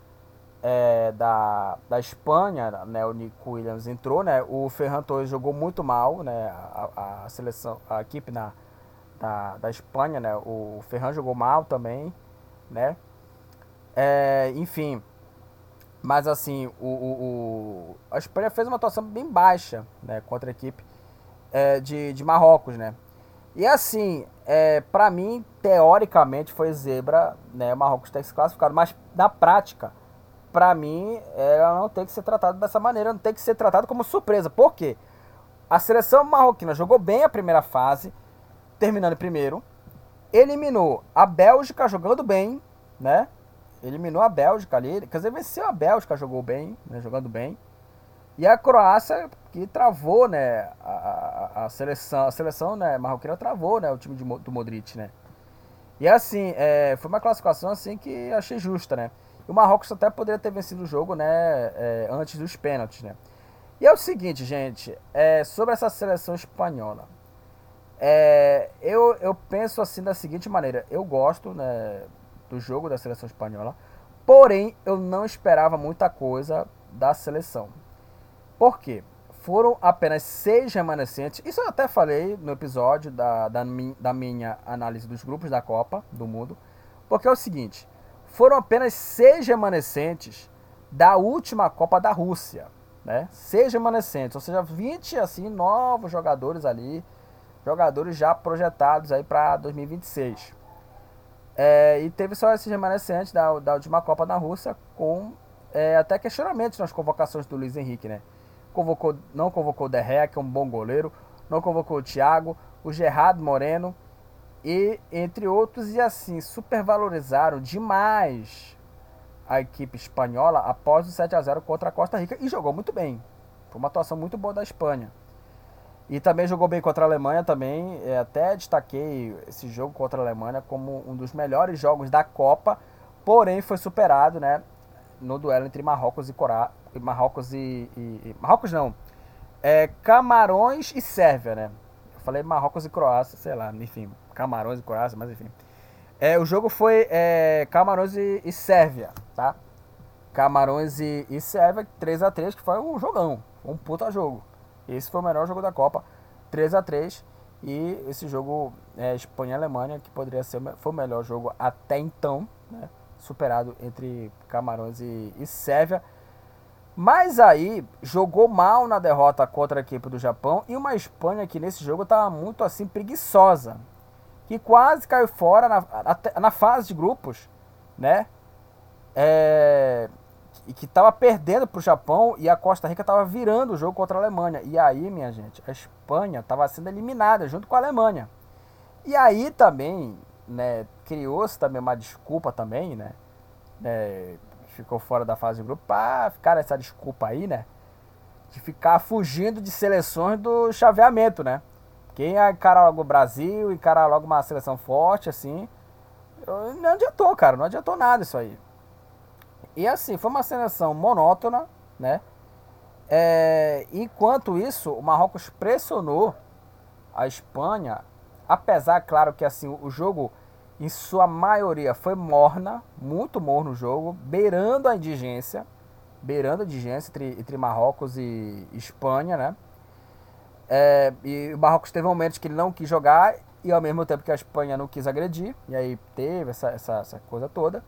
da Espanha, né? O Nico Williams entrou, né? O Ferran Torres jogou muito mal, né? A seleção, a equipe da Espanha, né? O Ferran jogou mal também, né? Enfim, mas assim, a Espanha fez uma atuação bem baixa, né? Contra a equipe de Marrocos, né? E assim, pra mim, teoricamente foi zebra, né? O Marrocos ter se classificado, mas na prática, pra mim, ela não tem que ser tratada dessa maneira, não tem que ser tratada como surpresa. Por quê? A seleção marroquina jogou bem a primeira fase, terminando em primeiro, eliminou a Bélgica jogando bem, né? Eliminou a Bélgica ali, quer dizer, venceu a Bélgica, jogou bem, né? Jogando bem. E a Croácia, que travou, né, a seleção, né, marroquina travou, né, o time do Modric, né. E assim, foi uma classificação assim que achei justa, né. E o Marrocos até poderia ter vencido o jogo, né, antes dos pênaltis, né. E é o seguinte, gente, sobre essa seleção espanhola. Eu penso assim da seguinte maneira, eu gosto, né, do jogo da seleção espanhola, porém eu não esperava muita coisa da seleção. Por quê? Foram apenas 6 remanescentes. Isso eu até falei no episódio da minha análise dos grupos da Copa do Mundo. Porque é o seguinte, foram apenas 6 remanescentes da última Copa da Rússia. né? 6 remanescentes, ou seja, 20 assim, novos jogadores ali, jogadores já projetados aí para 2026. E teve só esses remanescentes da última Copa na Rússia, com até questionamentos nas convocações do Luiz Henrique, né? Não convocou o De Gea, que é um bom goleiro, não convocou o Thiago, o Gerard Moreno, e entre outros, e assim, supervalorizaram demais a equipe espanhola após o 7-0 contra a Costa Rica, e jogou muito bem. Foi uma atuação muito boa da Espanha. E também jogou bem contra a Alemanha também. Até destaquei esse jogo contra a Alemanha como um dos melhores jogos da Copa, porém foi superado, né, no duelo entre Marrocos Camarões e Sérvia, né? Eu falei Marrocos e Croácia, sei lá, enfim, Camarões e Croácia, mas enfim. O jogo foi Camarões e Sérvia, tá? Camarões e Sérvia, 3-3, que foi um jogão, um puta jogo. Esse foi o melhor jogo da Copa, 3-3. E esse jogo Espanha e Alemanha, que poderia ser foi o melhor jogo até então, né? Superado entre Camarões e Sérvia. Mas aí jogou mal na derrota contra a equipe do Japão, e uma Espanha que nesse jogo estava muito assim preguiçosa, que quase caiu fora na fase de grupos, né? E que estava perdendo para o Japão, e a Costa Rica estava virando o jogo contra a Alemanha. E aí, minha gente, a Espanha estava sendo eliminada junto com a Alemanha. E aí também, né, criou-se também uma desculpa também, né? Ficou fora da fase de grupo para ficar essa desculpa aí, né? De ficar fugindo de seleções do chaveamento, né? Quem encara logo o Brasil, encara logo uma seleção forte, assim, não adiantou, cara, não adiantou nada isso aí. E assim, foi uma seleção monótona, né? Enquanto isso, o Marrocos pressionou a Espanha, apesar, claro, que assim, o jogo, em sua maioria, foi morna, muito morno o jogo, beirando a indigência entre Marrocos e Espanha, né? E o Marrocos teve momentos que ele não quis jogar, e ao mesmo tempo que a Espanha não quis agredir, e aí teve essa coisa toda.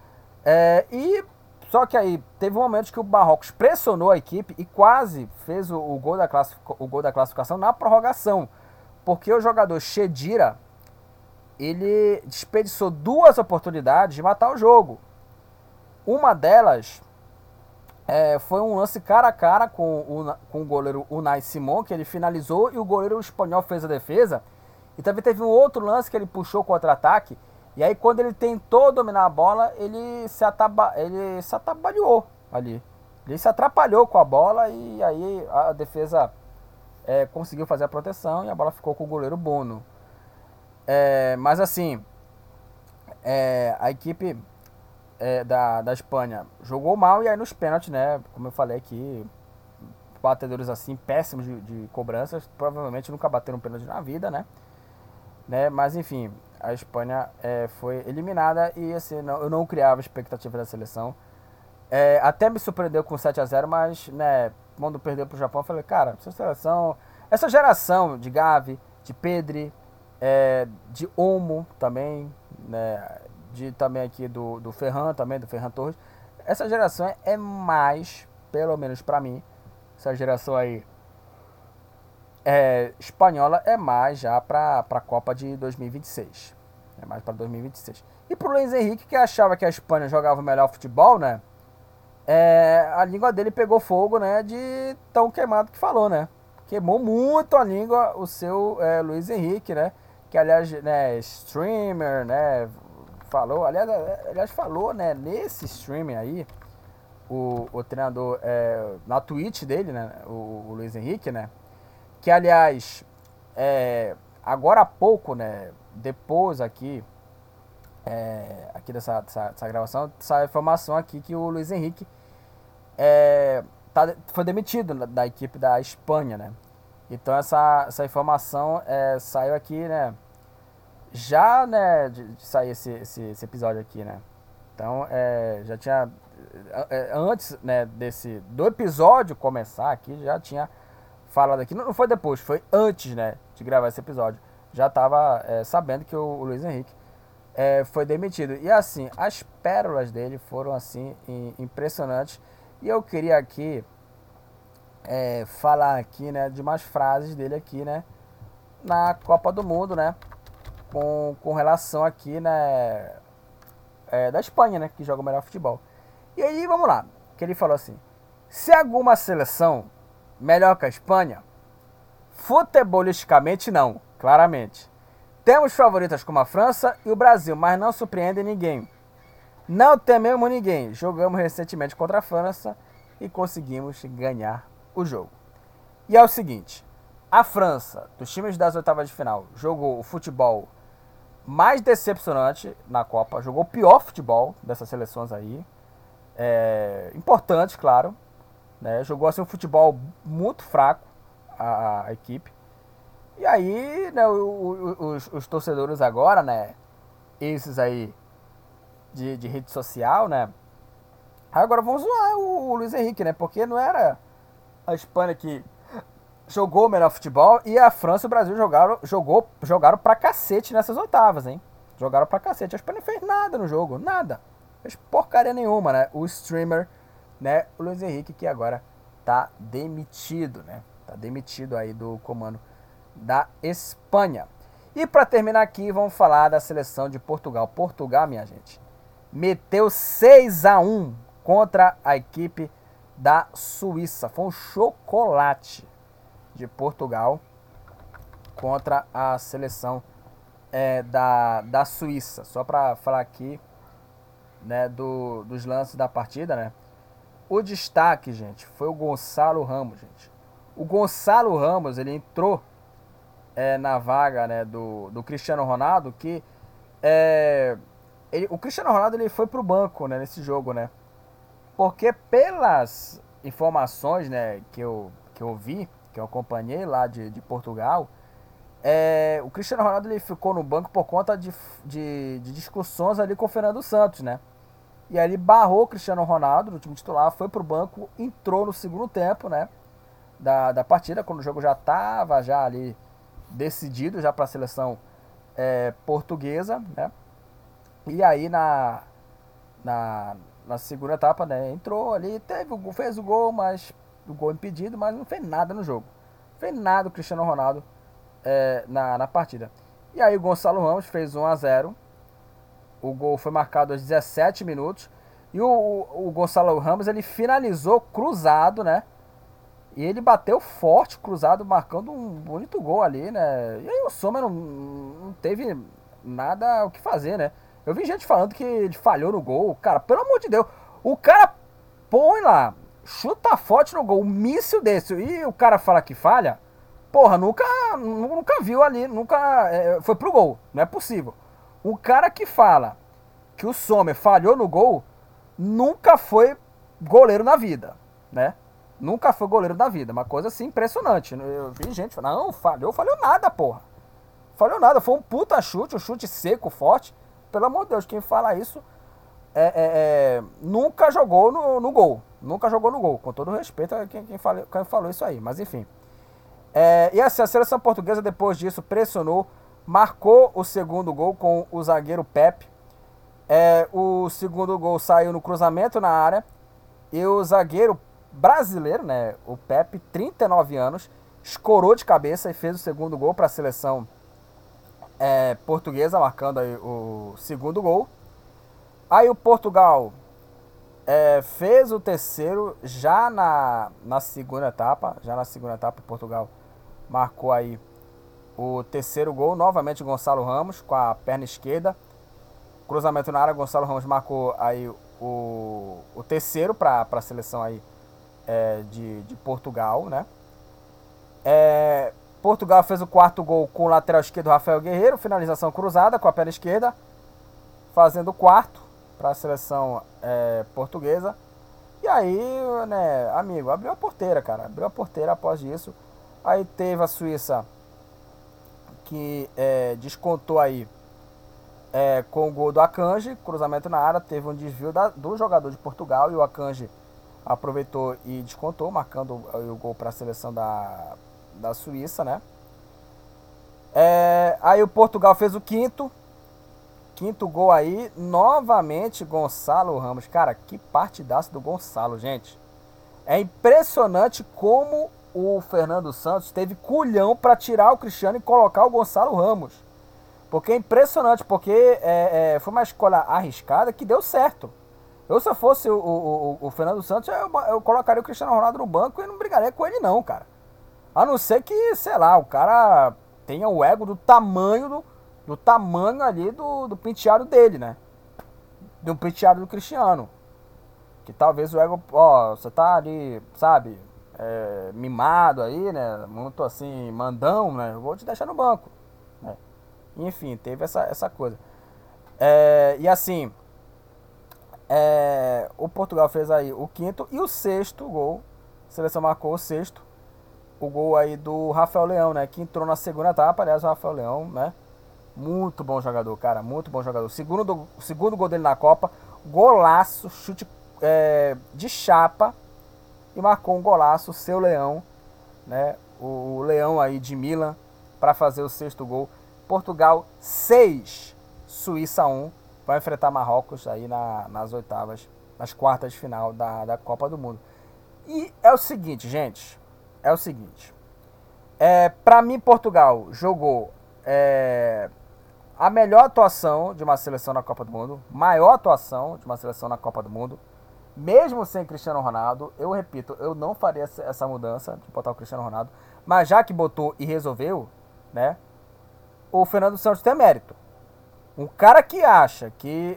Só que aí teve momentos que o Marrocos pressionou a equipe e quase fez o gol da classificação na prorrogação, porque o jogador Chedira, ele desperdiçou 2 oportunidades de matar o jogo. Uma delas foi um lance cara a cara com o goleiro Unai Simón, que ele finalizou, e o goleiro espanhol fez a defesa. E também teve um outro lance que ele puxou contra-ataque, e aí quando ele tentou dominar a bola, ele se atabalhou ali. Ele se atrapalhou com a bola, e aí a defesa conseguiu fazer a proteção, e a bola ficou com o goleiro Bono. Mas assim, a equipe da Espanha jogou mal, e aí nos pênaltis, né, como eu falei aqui, batedores assim péssimos de cobranças, provavelmente nunca bateram um pênalti na vida, né? Mas enfim, a Espanha foi eliminada, e assim, eu não criava expectativa da seleção. Até me surpreendeu com 7-0, mas, né, quando perdeu pro Japão, eu falei, cara, essa geração de Gavi, de Pedri, de Olmo também, né, também aqui do Ferran, também do Ferran Torres, essa geração é mais, pelo menos pra mim, essa geração aí espanhola é mais já para a Copa de 2026. É mais para 2026. E pro Luiz Henrique, que achava que a Espanha jogava o melhor futebol, né? A língua dele pegou fogo, né? De tão queimado que falou, né? Queimou muito a língua o seu Luiz Henrique, né? Que, aliás, né, streamer, né? Falou, aliás, falou, né? Nesse streaming aí, o treinador, na Twitch dele, né? O Luiz Henrique, né? Que, aliás, agora há pouco, né, depois aqui dessa gravação, saiu a informação aqui que o Luiz Henrique foi demitido da equipe da Espanha, né? Então essa informação saiu aqui, né, já, né, de sair esse episódio aqui, né? Então já tinha, antes, né, do episódio começar aqui, já tinha falado aqui, não foi depois, foi antes, né, de gravar esse episódio, já estava sabendo que o Luiz Henrique foi demitido. E assim, as pérolas dele foram assim impressionantes, e eu queria aqui falar aqui, né, de umas frases dele aqui, né, na Copa do Mundo, né, com relação aqui, né, da Espanha, né, que joga o melhor futebol. E aí, vamos lá, que ele falou assim: se alguma seleção melhor que a Espanha, futebolisticamente não, claramente. Temos favoritas como a França e o Brasil, mas não surpreende ninguém. Não tememos ninguém. Jogamos recentemente contra a França e conseguimos ganhar o jogo. E é o seguinte: a França, dos times das oitavas de final, jogou o futebol mais decepcionante na Copa. Jogou o pior futebol dessas seleções aí. Importante, claro. Né? Jogou assim um futebol muito fraco, a equipe. E aí, né, os torcedores agora, né, esses aí de rede social, né, agora vão zoar o Luiz Henrique, né, porque não era a Espanha que jogou o melhor futebol e a França e o Brasil jogaram pra cacete nessas oitavas, hein. Jogaram pra cacete. A Espanha não fez nada no jogo, nada. Fez porcaria nenhuma, né. O streamer, né, o Luiz Henrique, que agora tá demitido, né. Tá demitido aí do comando da Espanha. E para terminar aqui, vamos falar da seleção de Portugal. Portugal, minha gente, meteu 6-1 contra a equipe da Suíça. Foi um chocolate de Portugal contra a seleção da Suíça. Só para falar aqui, né, dos lances da partida, né? O destaque, gente, foi o Gonçalo Ramos, gente. O Gonçalo Ramos, ele entrou na vaga, né, do Cristiano Ronaldo, que o Cristiano Ronaldo ele foi pro banco, né, nesse jogo, né, porque pelas informações, né, que eu vi, que eu acompanhei lá de Portugal, o Cristiano Ronaldo ele ficou no banco por conta de discussões ali com o Fernando Santos, né, e aí ele barrou o Cristiano Ronaldo no time titular, foi pro banco, entrou no segundo tempo, né, da partida, quando o jogo já tava ali decidido já para a seleção portuguesa, né? E aí na segunda etapa, né, entrou ali, fez o gol, mas o gol impedido, mas não fez nada no jogo. Não fez nada o Cristiano Ronaldo na partida. E aí o Gonçalo Ramos fez 1-0. O gol foi marcado aos 17 minutos. E o Gonçalo Ramos ele finalizou cruzado, né? E ele bateu forte, cruzado, marcando um bonito gol ali, né? E aí o Sommer não teve nada o que fazer, né? Eu vi gente falando que ele falhou no gol. Cara, pelo amor de Deus, o cara põe lá, chuta forte no gol, um míssil desse, e o cara fala que falha, porra, nunca viu ali, nunca foi pro gol, não é possível. O cara que fala que o Sommer falhou no gol, nunca foi goleiro na vida, né? Nunca foi goleiro da vida, uma coisa assim impressionante. Eu vi gente falando, não, falhou nada, porra. Falhou nada, foi um puta chute, um chute seco, forte. Pelo amor de Deus, quem fala isso nunca jogou no gol. Nunca jogou no gol, com todo respeito a quem falou isso aí, mas enfim. E assim, a seleção portuguesa depois disso pressionou, marcou o segundo gol com o zagueiro Pepe. O segundo gol saiu no cruzamento na área e o zagueiro brasileiro, né, o Pepe, 39 anos, escorou de cabeça e fez o segundo gol para a seleção portuguesa, marcando aí o segundo gol. Aí o Portugal fez o terceiro já na segunda etapa. Já na segunda etapa o Portugal marcou aí o terceiro gol. Novamente o Gonçalo Ramos com a perna esquerda. Cruzamento na área, Gonçalo Ramos marcou aí o terceiro para a seleção aí de Portugal, né? Portugal fez o quarto gol com o lateral esquerdo Rafael Guerreiro, finalização cruzada com a perna esquerda, fazendo o quarto para a seleção portuguesa. E aí, né, amigo, abriu a porteira, cara, abriu a porteira após isso. Aí teve a Suíça que descontou aí com o gol do Akanji, cruzamento na área, teve um desvio do jogador de Portugal e o Akanji aproveitou e descontou, marcando o gol para a seleção da Suíça, né? Aí o Portugal fez o quinto gol aí, novamente Gonçalo Ramos. Cara, que partidaço do Gonçalo, gente. É impressionante como o Fernando Santos teve culhão para tirar o Cristiano e colocar o Gonçalo Ramos. Porque é impressionante, porque foi uma escolha arriscada que deu certo. Eu, se eu fosse o Fernando Santos, eu colocaria o Cristiano Ronaldo no banco e não brigaria com ele não, cara. A não ser que, sei lá, o cara tenha o ego do tamanho ali do penteado dele, né? Do penteado do Cristiano. Que talvez o ego, você tá ali, sabe, mimado aí, né? Muito assim, mandão, né? Eu vou te deixar no banco, né? Enfim, teve essa coisa. E assim, o Portugal fez aí o quinto e o sexto gol. A seleção marcou o sexto. O gol aí do Rafael Leão, né? Que entrou na segunda etapa. Aliás, o Rafael Leão, né? Muito bom jogador, cara. Muito bom jogador. Segundo gol dele na Copa. Golaço, chute de chapa. E marcou um golaço, o seu Leão, né? O Leão aí de Milan para fazer o sexto gol. Portugal 6, Suíça 1. Vai enfrentar Marrocos aí nas oitavas, nas quartas de final da Copa do Mundo. E é o seguinte, gente. É o seguinte. Para mim, Portugal jogou a melhor atuação de uma seleção na Copa do Mundo. Maior atuação de uma seleção na Copa do Mundo. Mesmo sem Cristiano Ronaldo. Eu repito, eu não faria essa mudança de botar o Cristiano Ronaldo. Mas já que botou e resolveu, né? O Fernando Santos tem mérito. Um cara que acha que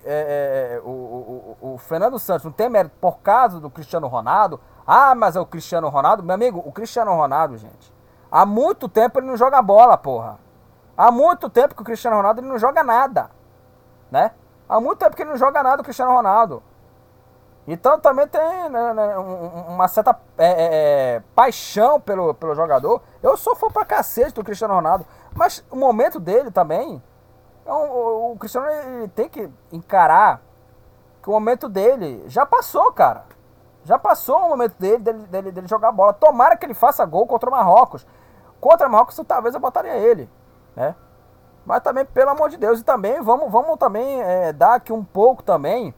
o Fernando Santos não tem mérito por causa do Cristiano Ronaldo. Ah, mas é o Cristiano Ronaldo. Meu amigo, o Cristiano Ronaldo, gente, há muito tempo ele não joga bola, porra. Há muito tempo que o Cristiano Ronaldo ele não joga nada, né? Há muito tempo que ele não joga nada, o Cristiano Ronaldo. Então também tem, né, uma certa paixão pelo jogador. Eu sou fã pra cacete do Cristiano Ronaldo. Mas o momento dele também... o Cristiano ele tem que encarar que o momento dele já passou, cara. Já passou o momento dele jogar bola. Tomara que ele faça gol contra o Marrocos. Contra o Marrocos, talvez eu botaria ele, né? Mas também, pelo amor de Deus, e também vamos também dar aqui um pouco também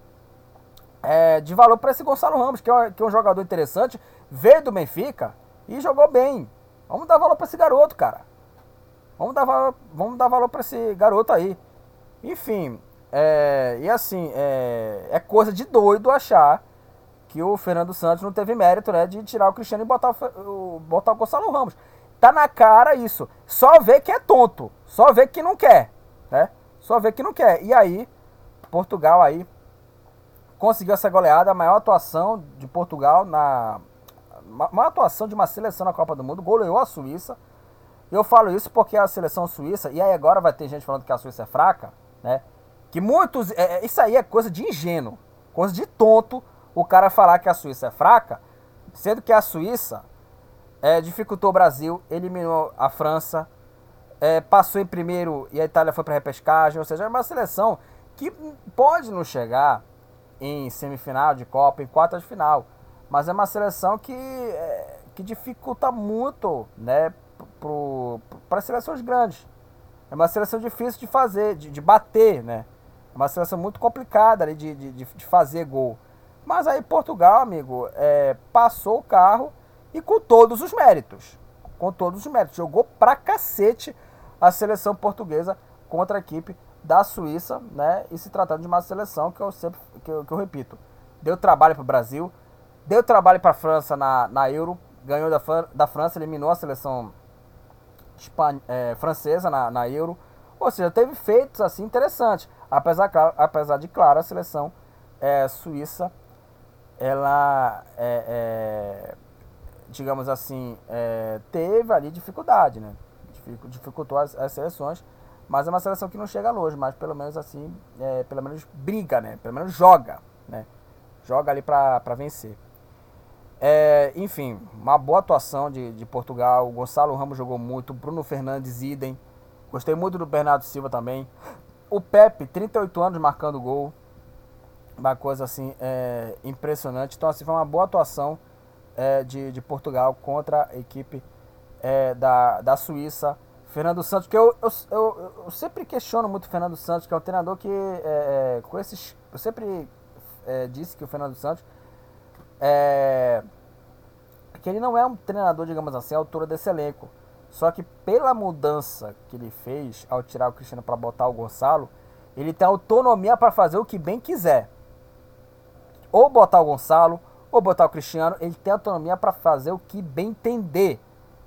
de valor para esse Gonçalo Ramos, que é um jogador interessante, veio do Benfica e jogou bem. Vamos dar valor para esse garoto, cara. Vamos dar valor para esse garoto aí. Enfim, e assim, é coisa de doido achar que o Fernando Santos não teve mérito, né, de tirar o Cristiano e botar o Gonçalo Ramos. Tá na cara isso. Só vê que é tonto. Só vê que não quer, né? Só vê que não quer. E aí, Portugal aí conseguiu essa goleada, a maior atuação de Portugal maior atuação de uma seleção na Copa do Mundo, goleou a Suíça. Eu falo isso porque a seleção suíça, e aí agora vai ter gente falando que a Suíça é fraca, né? Que muitos, isso aí é coisa de ingênuo, coisa de tonto, o cara falar que a Suíça é fraca, sendo que a Suíça dificultou o Brasil, eliminou a França, passou em primeiro e a Itália foi para repescagem, ou seja, é uma seleção que pode não chegar em semifinal de Copa, em quartas de final, mas é uma seleção que dificulta muito, né, para seleções grandes. É uma seleção difícil de fazer, de bater, né? É uma seleção muito complicada ali de fazer gol. Mas aí Portugal, amigo, passou o carro e com todos os méritos. Com todos os méritos. Jogou pra cacete a seleção portuguesa contra a equipe da Suíça, né? E se tratando de uma seleção que eu repito, deu trabalho pro Brasil, deu trabalho pra França na Euro, ganhou da França, eliminou a seleção francesa na Euro. Ou seja, teve feitos assim interessantes. Apesar de, claro, a seleção suíça, ela, digamos assim, teve ali dificuldade, né? Dificultou as seleções, mas é uma seleção que não chega longe, mas pelo menos assim, pelo menos briga, né? Pelo menos joga, né? Joga ali pra vencer. Enfim, uma boa atuação de Portugal. O Gonçalo Ramos jogou muito, Bruno Fernandes, idem. Gostei muito do Bernardo Silva também. O Pepe, 38 anos, marcando gol. Uma coisa assim, impressionante. Então assim, foi uma boa atuação de Portugal contra a equipe da Suíça. Fernando Santos, que eu sempre questiono muito o Fernando Santos, que é um treinador que eu sempre disse que o Fernando Santos porque ele não é um treinador, digamos assim, à altura desse elenco. Só que pela mudança que ele fez ao tirar o Cristiano para botar o Gonçalo, ele tem autonomia para fazer o que bem quiser. Ou botar o Gonçalo, ou botar o Cristiano, ele tem autonomia para fazer o que bem entender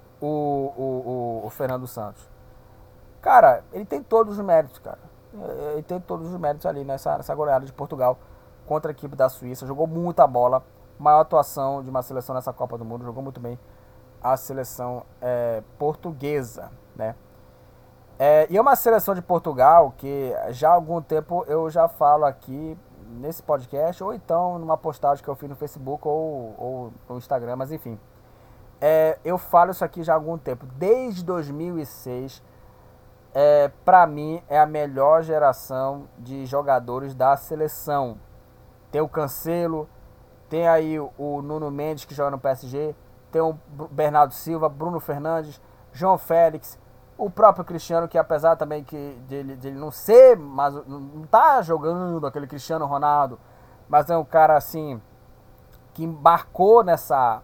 o Fernando Santos. Cara, ele tem todos os méritos, cara. Ele tem todos os méritos ali nessa goleada de Portugal contra a equipe da Suíça. Jogou muita bola. Maior atuação de uma seleção nessa Copa do Mundo. Jogou muito bem a seleção portuguesa, né? E é uma seleção de Portugal que já há algum tempo eu já falo aqui nesse podcast, ou então numa postagem que eu fiz no Facebook ou no Instagram, mas enfim. Eu falo isso aqui já há algum tempo. Desde 2006, pra mim, é a melhor geração de jogadores da seleção. Tem o Cancelo, tem aí o Nuno Mendes, que joga no PSG, tem o Bernardo Silva, Bruno Fernandes, João Félix, o próprio Cristiano, que apesar também de ele não ser, mas não tá jogando aquele Cristiano Ronaldo, mas é um cara assim que embarcou nessa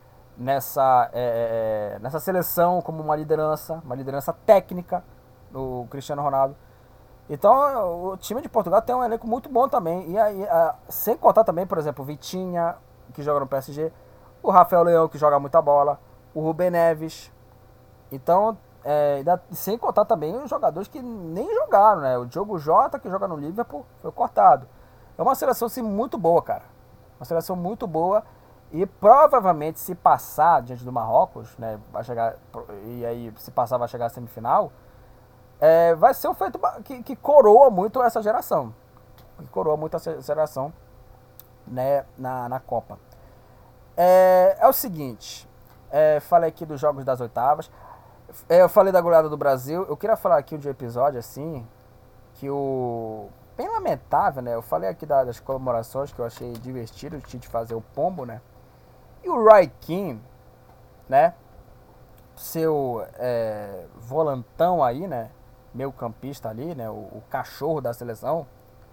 seleção como uma liderança técnica, o Cristiano Ronaldo. Então o time de Portugal tem um elenco muito bom também. E aí, sem contar também, por exemplo, o Vitinha, que joga no PSG, o Rafael Leão, que joga muita bola, o Rubem Neves. Então, sem contar também os jogadores que nem jogaram, né? O Diogo Jota, que joga no Liverpool, foi cortado. É uma seleção assim, muito boa, cara. Uma seleção muito boa. E provavelmente, se passar diante do Marrocos, né, vai chegar, e aí se passar vai chegar à semifinal, vai ser um feito que coroa muito essa geração. Que coroa muito essa geração, né, na Copa. É o seguinte, falei aqui dos jogos das oitavas, eu falei da goleada do Brasil. Eu queria falar aqui de um episódio assim, que bem lamentável, né? Eu falei aqui das comemorações, que eu achei divertido o Tite fazer o pombo, né? E o Roy Keane, né? Seu volantão aí, né? Meio campista ali, né? O cachorro da seleção.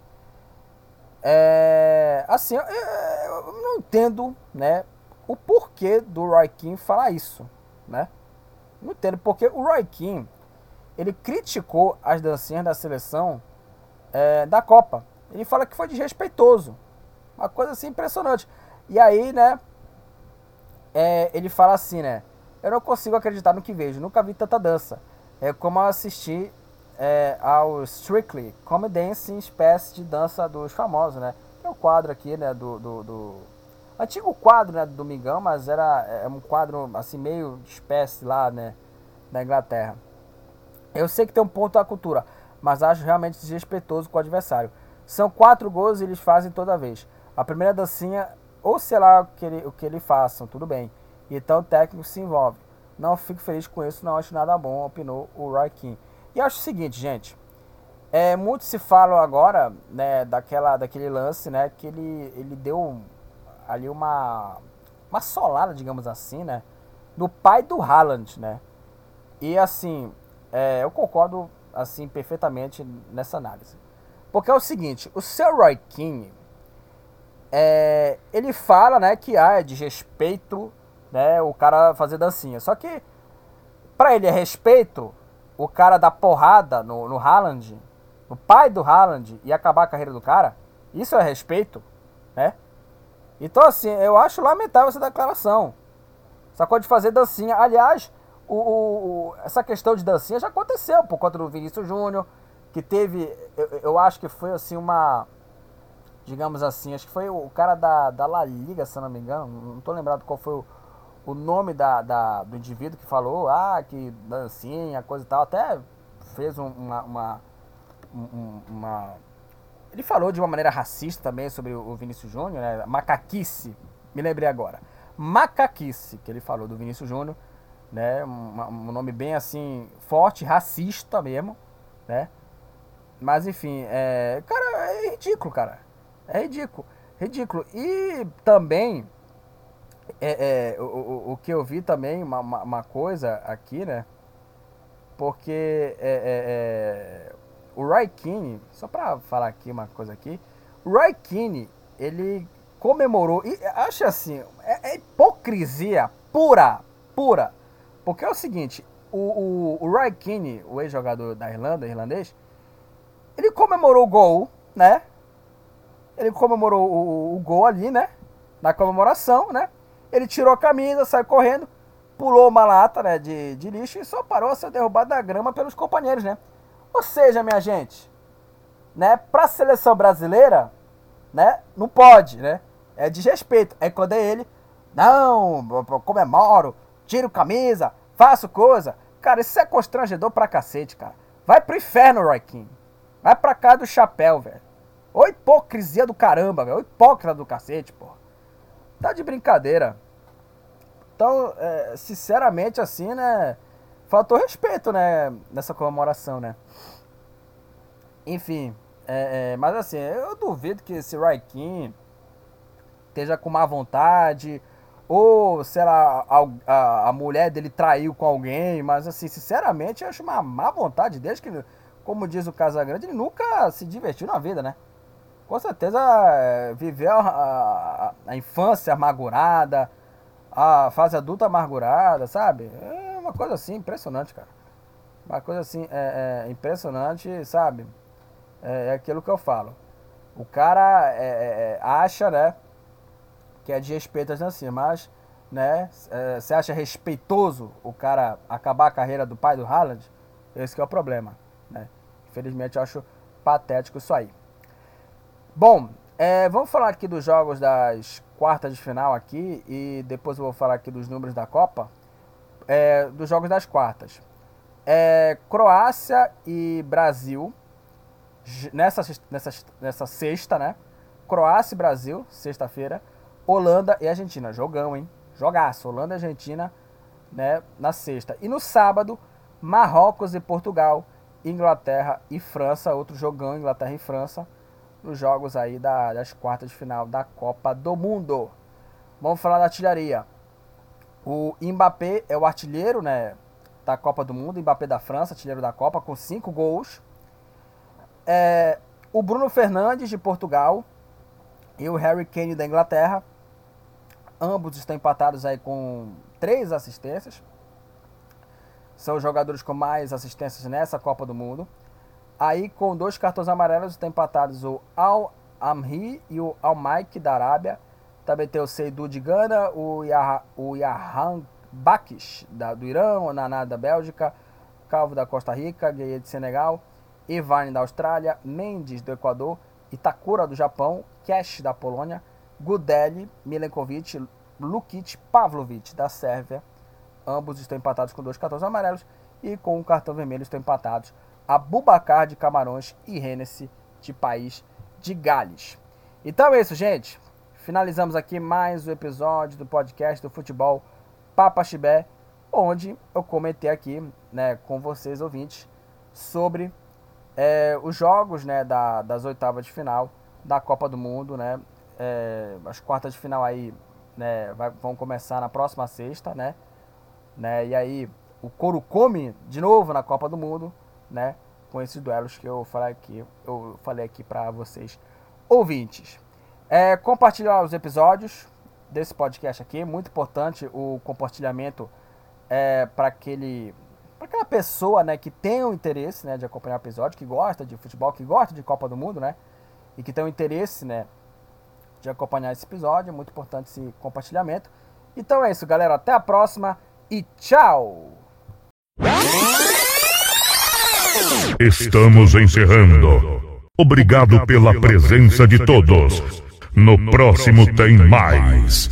Assim, eu não entendo, né? O porquê do Roy Keane falar isso, né? Não entendo porque o Roy Keane, ele criticou as dancinhas da seleção da Copa. Ele fala que foi desrespeitoso. Uma coisa assim impressionante. E aí, né? Ele fala assim, né? Eu não consigo acreditar no que vejo. Nunca vi tanta dança. É como assistir ao Strictly Come Dancing, espécie de dança dos famosos, né? Que é o quadro aqui, né? Do antigo quadro, né? Do Domingão, mas era um quadro assim meio de espécie lá, né? Na Inglaterra. Eu sei que tem um ponto da cultura, mas acho realmente desrespeitoso com o adversário. São 4 gols e eles fazem toda vez. A primeira dancinha, ou sei lá o que eles façam, tudo bem. Então o técnico se envolve. Não fico feliz com isso, não acho nada bom, opinou o Roy Keane. E acho o seguinte, gente. Muito se fala agora, né, daquele lance, né, que ele deu ali uma solada, digamos assim, né, no pai do Haaland, né. E assim, eu concordo assim perfeitamente nessa análise. Porque é o seguinte, o seu Roy Keane, ele fala, né, que é de respeito, né, o cara fazer dancinha. Só que pra ele é respeito o cara dar porrada no Haaland, no pai do Haaland, e acabar a carreira do cara. Isso é respeito, né? Então assim, eu acho lamentável essa declaração. Sacou de fazer dancinha. Aliás, essa questão de dancinha já aconteceu por conta do Vinícius Júnior, que teve, eu acho que foi assim uma, digamos assim, acho que foi o cara da La Liga, se eu não me engano, não tô lembrado qual foi o nome do indivíduo que falou, que dancinha, coisa e tal, até fez ele falou de uma maneira racista também sobre o Vinícius Júnior, né? Macaquice, me lembrei agora. Macaquice, que ele falou do Vinícius Júnior, né? Um nome bem assim, forte, racista mesmo, né? Mas enfim, cara, é ridículo, cara. É ridículo. Ridículo. E também, o que eu vi também, uma coisa aqui, né? Porque o Roy Keane, só pra falar aqui uma coisa aqui, o Roy Keane, ele comemorou, e acho assim, é hipocrisia pura. Porque é o seguinte, o Roy Keane, o ex-jogador da Irlanda, irlandês, ele comemorou o gol, né? Ele comemorou o gol ali, né? Na comemoração, né? Ele tirou a camisa, saiu correndo, pulou uma lata, né, de lixo e só parou a ser derrubado da grama pelos companheiros, né? Ou seja, minha gente, né? Pra seleção brasileira, né? Não pode, né? É desrespeito. Aí quando é ele, não, comemoro, tiro camisa, faço coisa. Cara, isso é constrangedor pra cacete, cara. Vai pro inferno, Roy Keane. Vai pra cá do chapéu, velho. Ô hipocrisia do caramba, velho. Ô hipócrita do cacete, pô. Tá de brincadeira. Então, sinceramente, assim, né? Faltou respeito, né? Nessa comemoração, né? Enfim. Mas assim, eu duvido que esse Roy Keane esteja com má vontade. Ou, sei lá, a mulher dele traiu com alguém. Mas assim, sinceramente, eu acho uma má vontade desde que, como diz o Casagrande, ele nunca se divertiu na vida, né? Com certeza viveu a infância amargurada, a fase adulta amargurada, sabe? É uma coisa assim impressionante, cara. Uma coisa assim impressionante, sabe? É aquilo que eu falo. O cara acha, né, que é de respeito assim, mas, né, você acha respeitoso o cara acabar a carreira do pai do Haaland? Esse que é o problema, né? Infelizmente eu acho patético isso aí. Bom, vamos falar aqui dos jogos das quartas de final aqui e depois eu vou falar aqui dos números da Copa. Dos jogos das quartas. Croácia e Brasil, nessa sexta, né? Croácia e Brasil, sexta-feira. Holanda e Argentina, jogão, hein? Jogaço, Holanda e Argentina, né? Na sexta. E no sábado, Marrocos e Portugal, Inglaterra e França, outro jogão, Inglaterra e França. Nos jogos aí das quartas de final da Copa do Mundo. Vamos falar da artilharia. O Mbappé é o artilheiro, né, da Copa do Mundo. Mbappé da França, artilheiro da Copa, com 5 gols. O Bruno Fernandes de Portugal e o Harry Kane da Inglaterra. Ambos estão empatados aí com 3 assistências. São os jogadores com mais assistências nessa Copa do Mundo. Aí, com 2 cartões amarelos, estão empatados o Al-Amri e o Al-Maik da Arábia. Também tem o Seydou de Gana, o Yahan Bakis do Irã, o Naná da Bélgica, Calvo da Costa Rica, Gueye de Senegal, Ivane da Austrália, Mendes do Equador, Itakura do Japão, Cash da Polônia, Gudeli, Milenkovic, Lukic, Pavlovic da Sérvia. Ambos estão empatados com 2 cartões amarelos e com um cartão vermelho estão empatados Abubakar de Camarões e Hennessy de País de Gales. Então é isso, gente. Finalizamos aqui mais um episódio do podcast do Futebol Papa Chibé, onde eu comentei aqui, né, com vocês ouvintes sobre os jogos, né, das oitavas de final da Copa do Mundo, né? As quartas de final aí, né, vão começar na próxima sexta, né? E aí o couro come de novo na Copa do Mundo, né, com esses duelos que eu falei aqui para vocês ouvintes. Compartilhar os episódios desse podcast aqui, muito importante o compartilhamento para aquela pessoa, né, que tem o interesse, né, de acompanhar o episódio, que gosta de futebol, que gosta de Copa do Mundo, né, e que tem o interesse, né, de acompanhar esse episódio. É muito importante esse compartilhamento. Então é isso, galera, até a próxima e tchau! Estamos encerrando. Obrigado pela presença de todos. No próximo tem mais.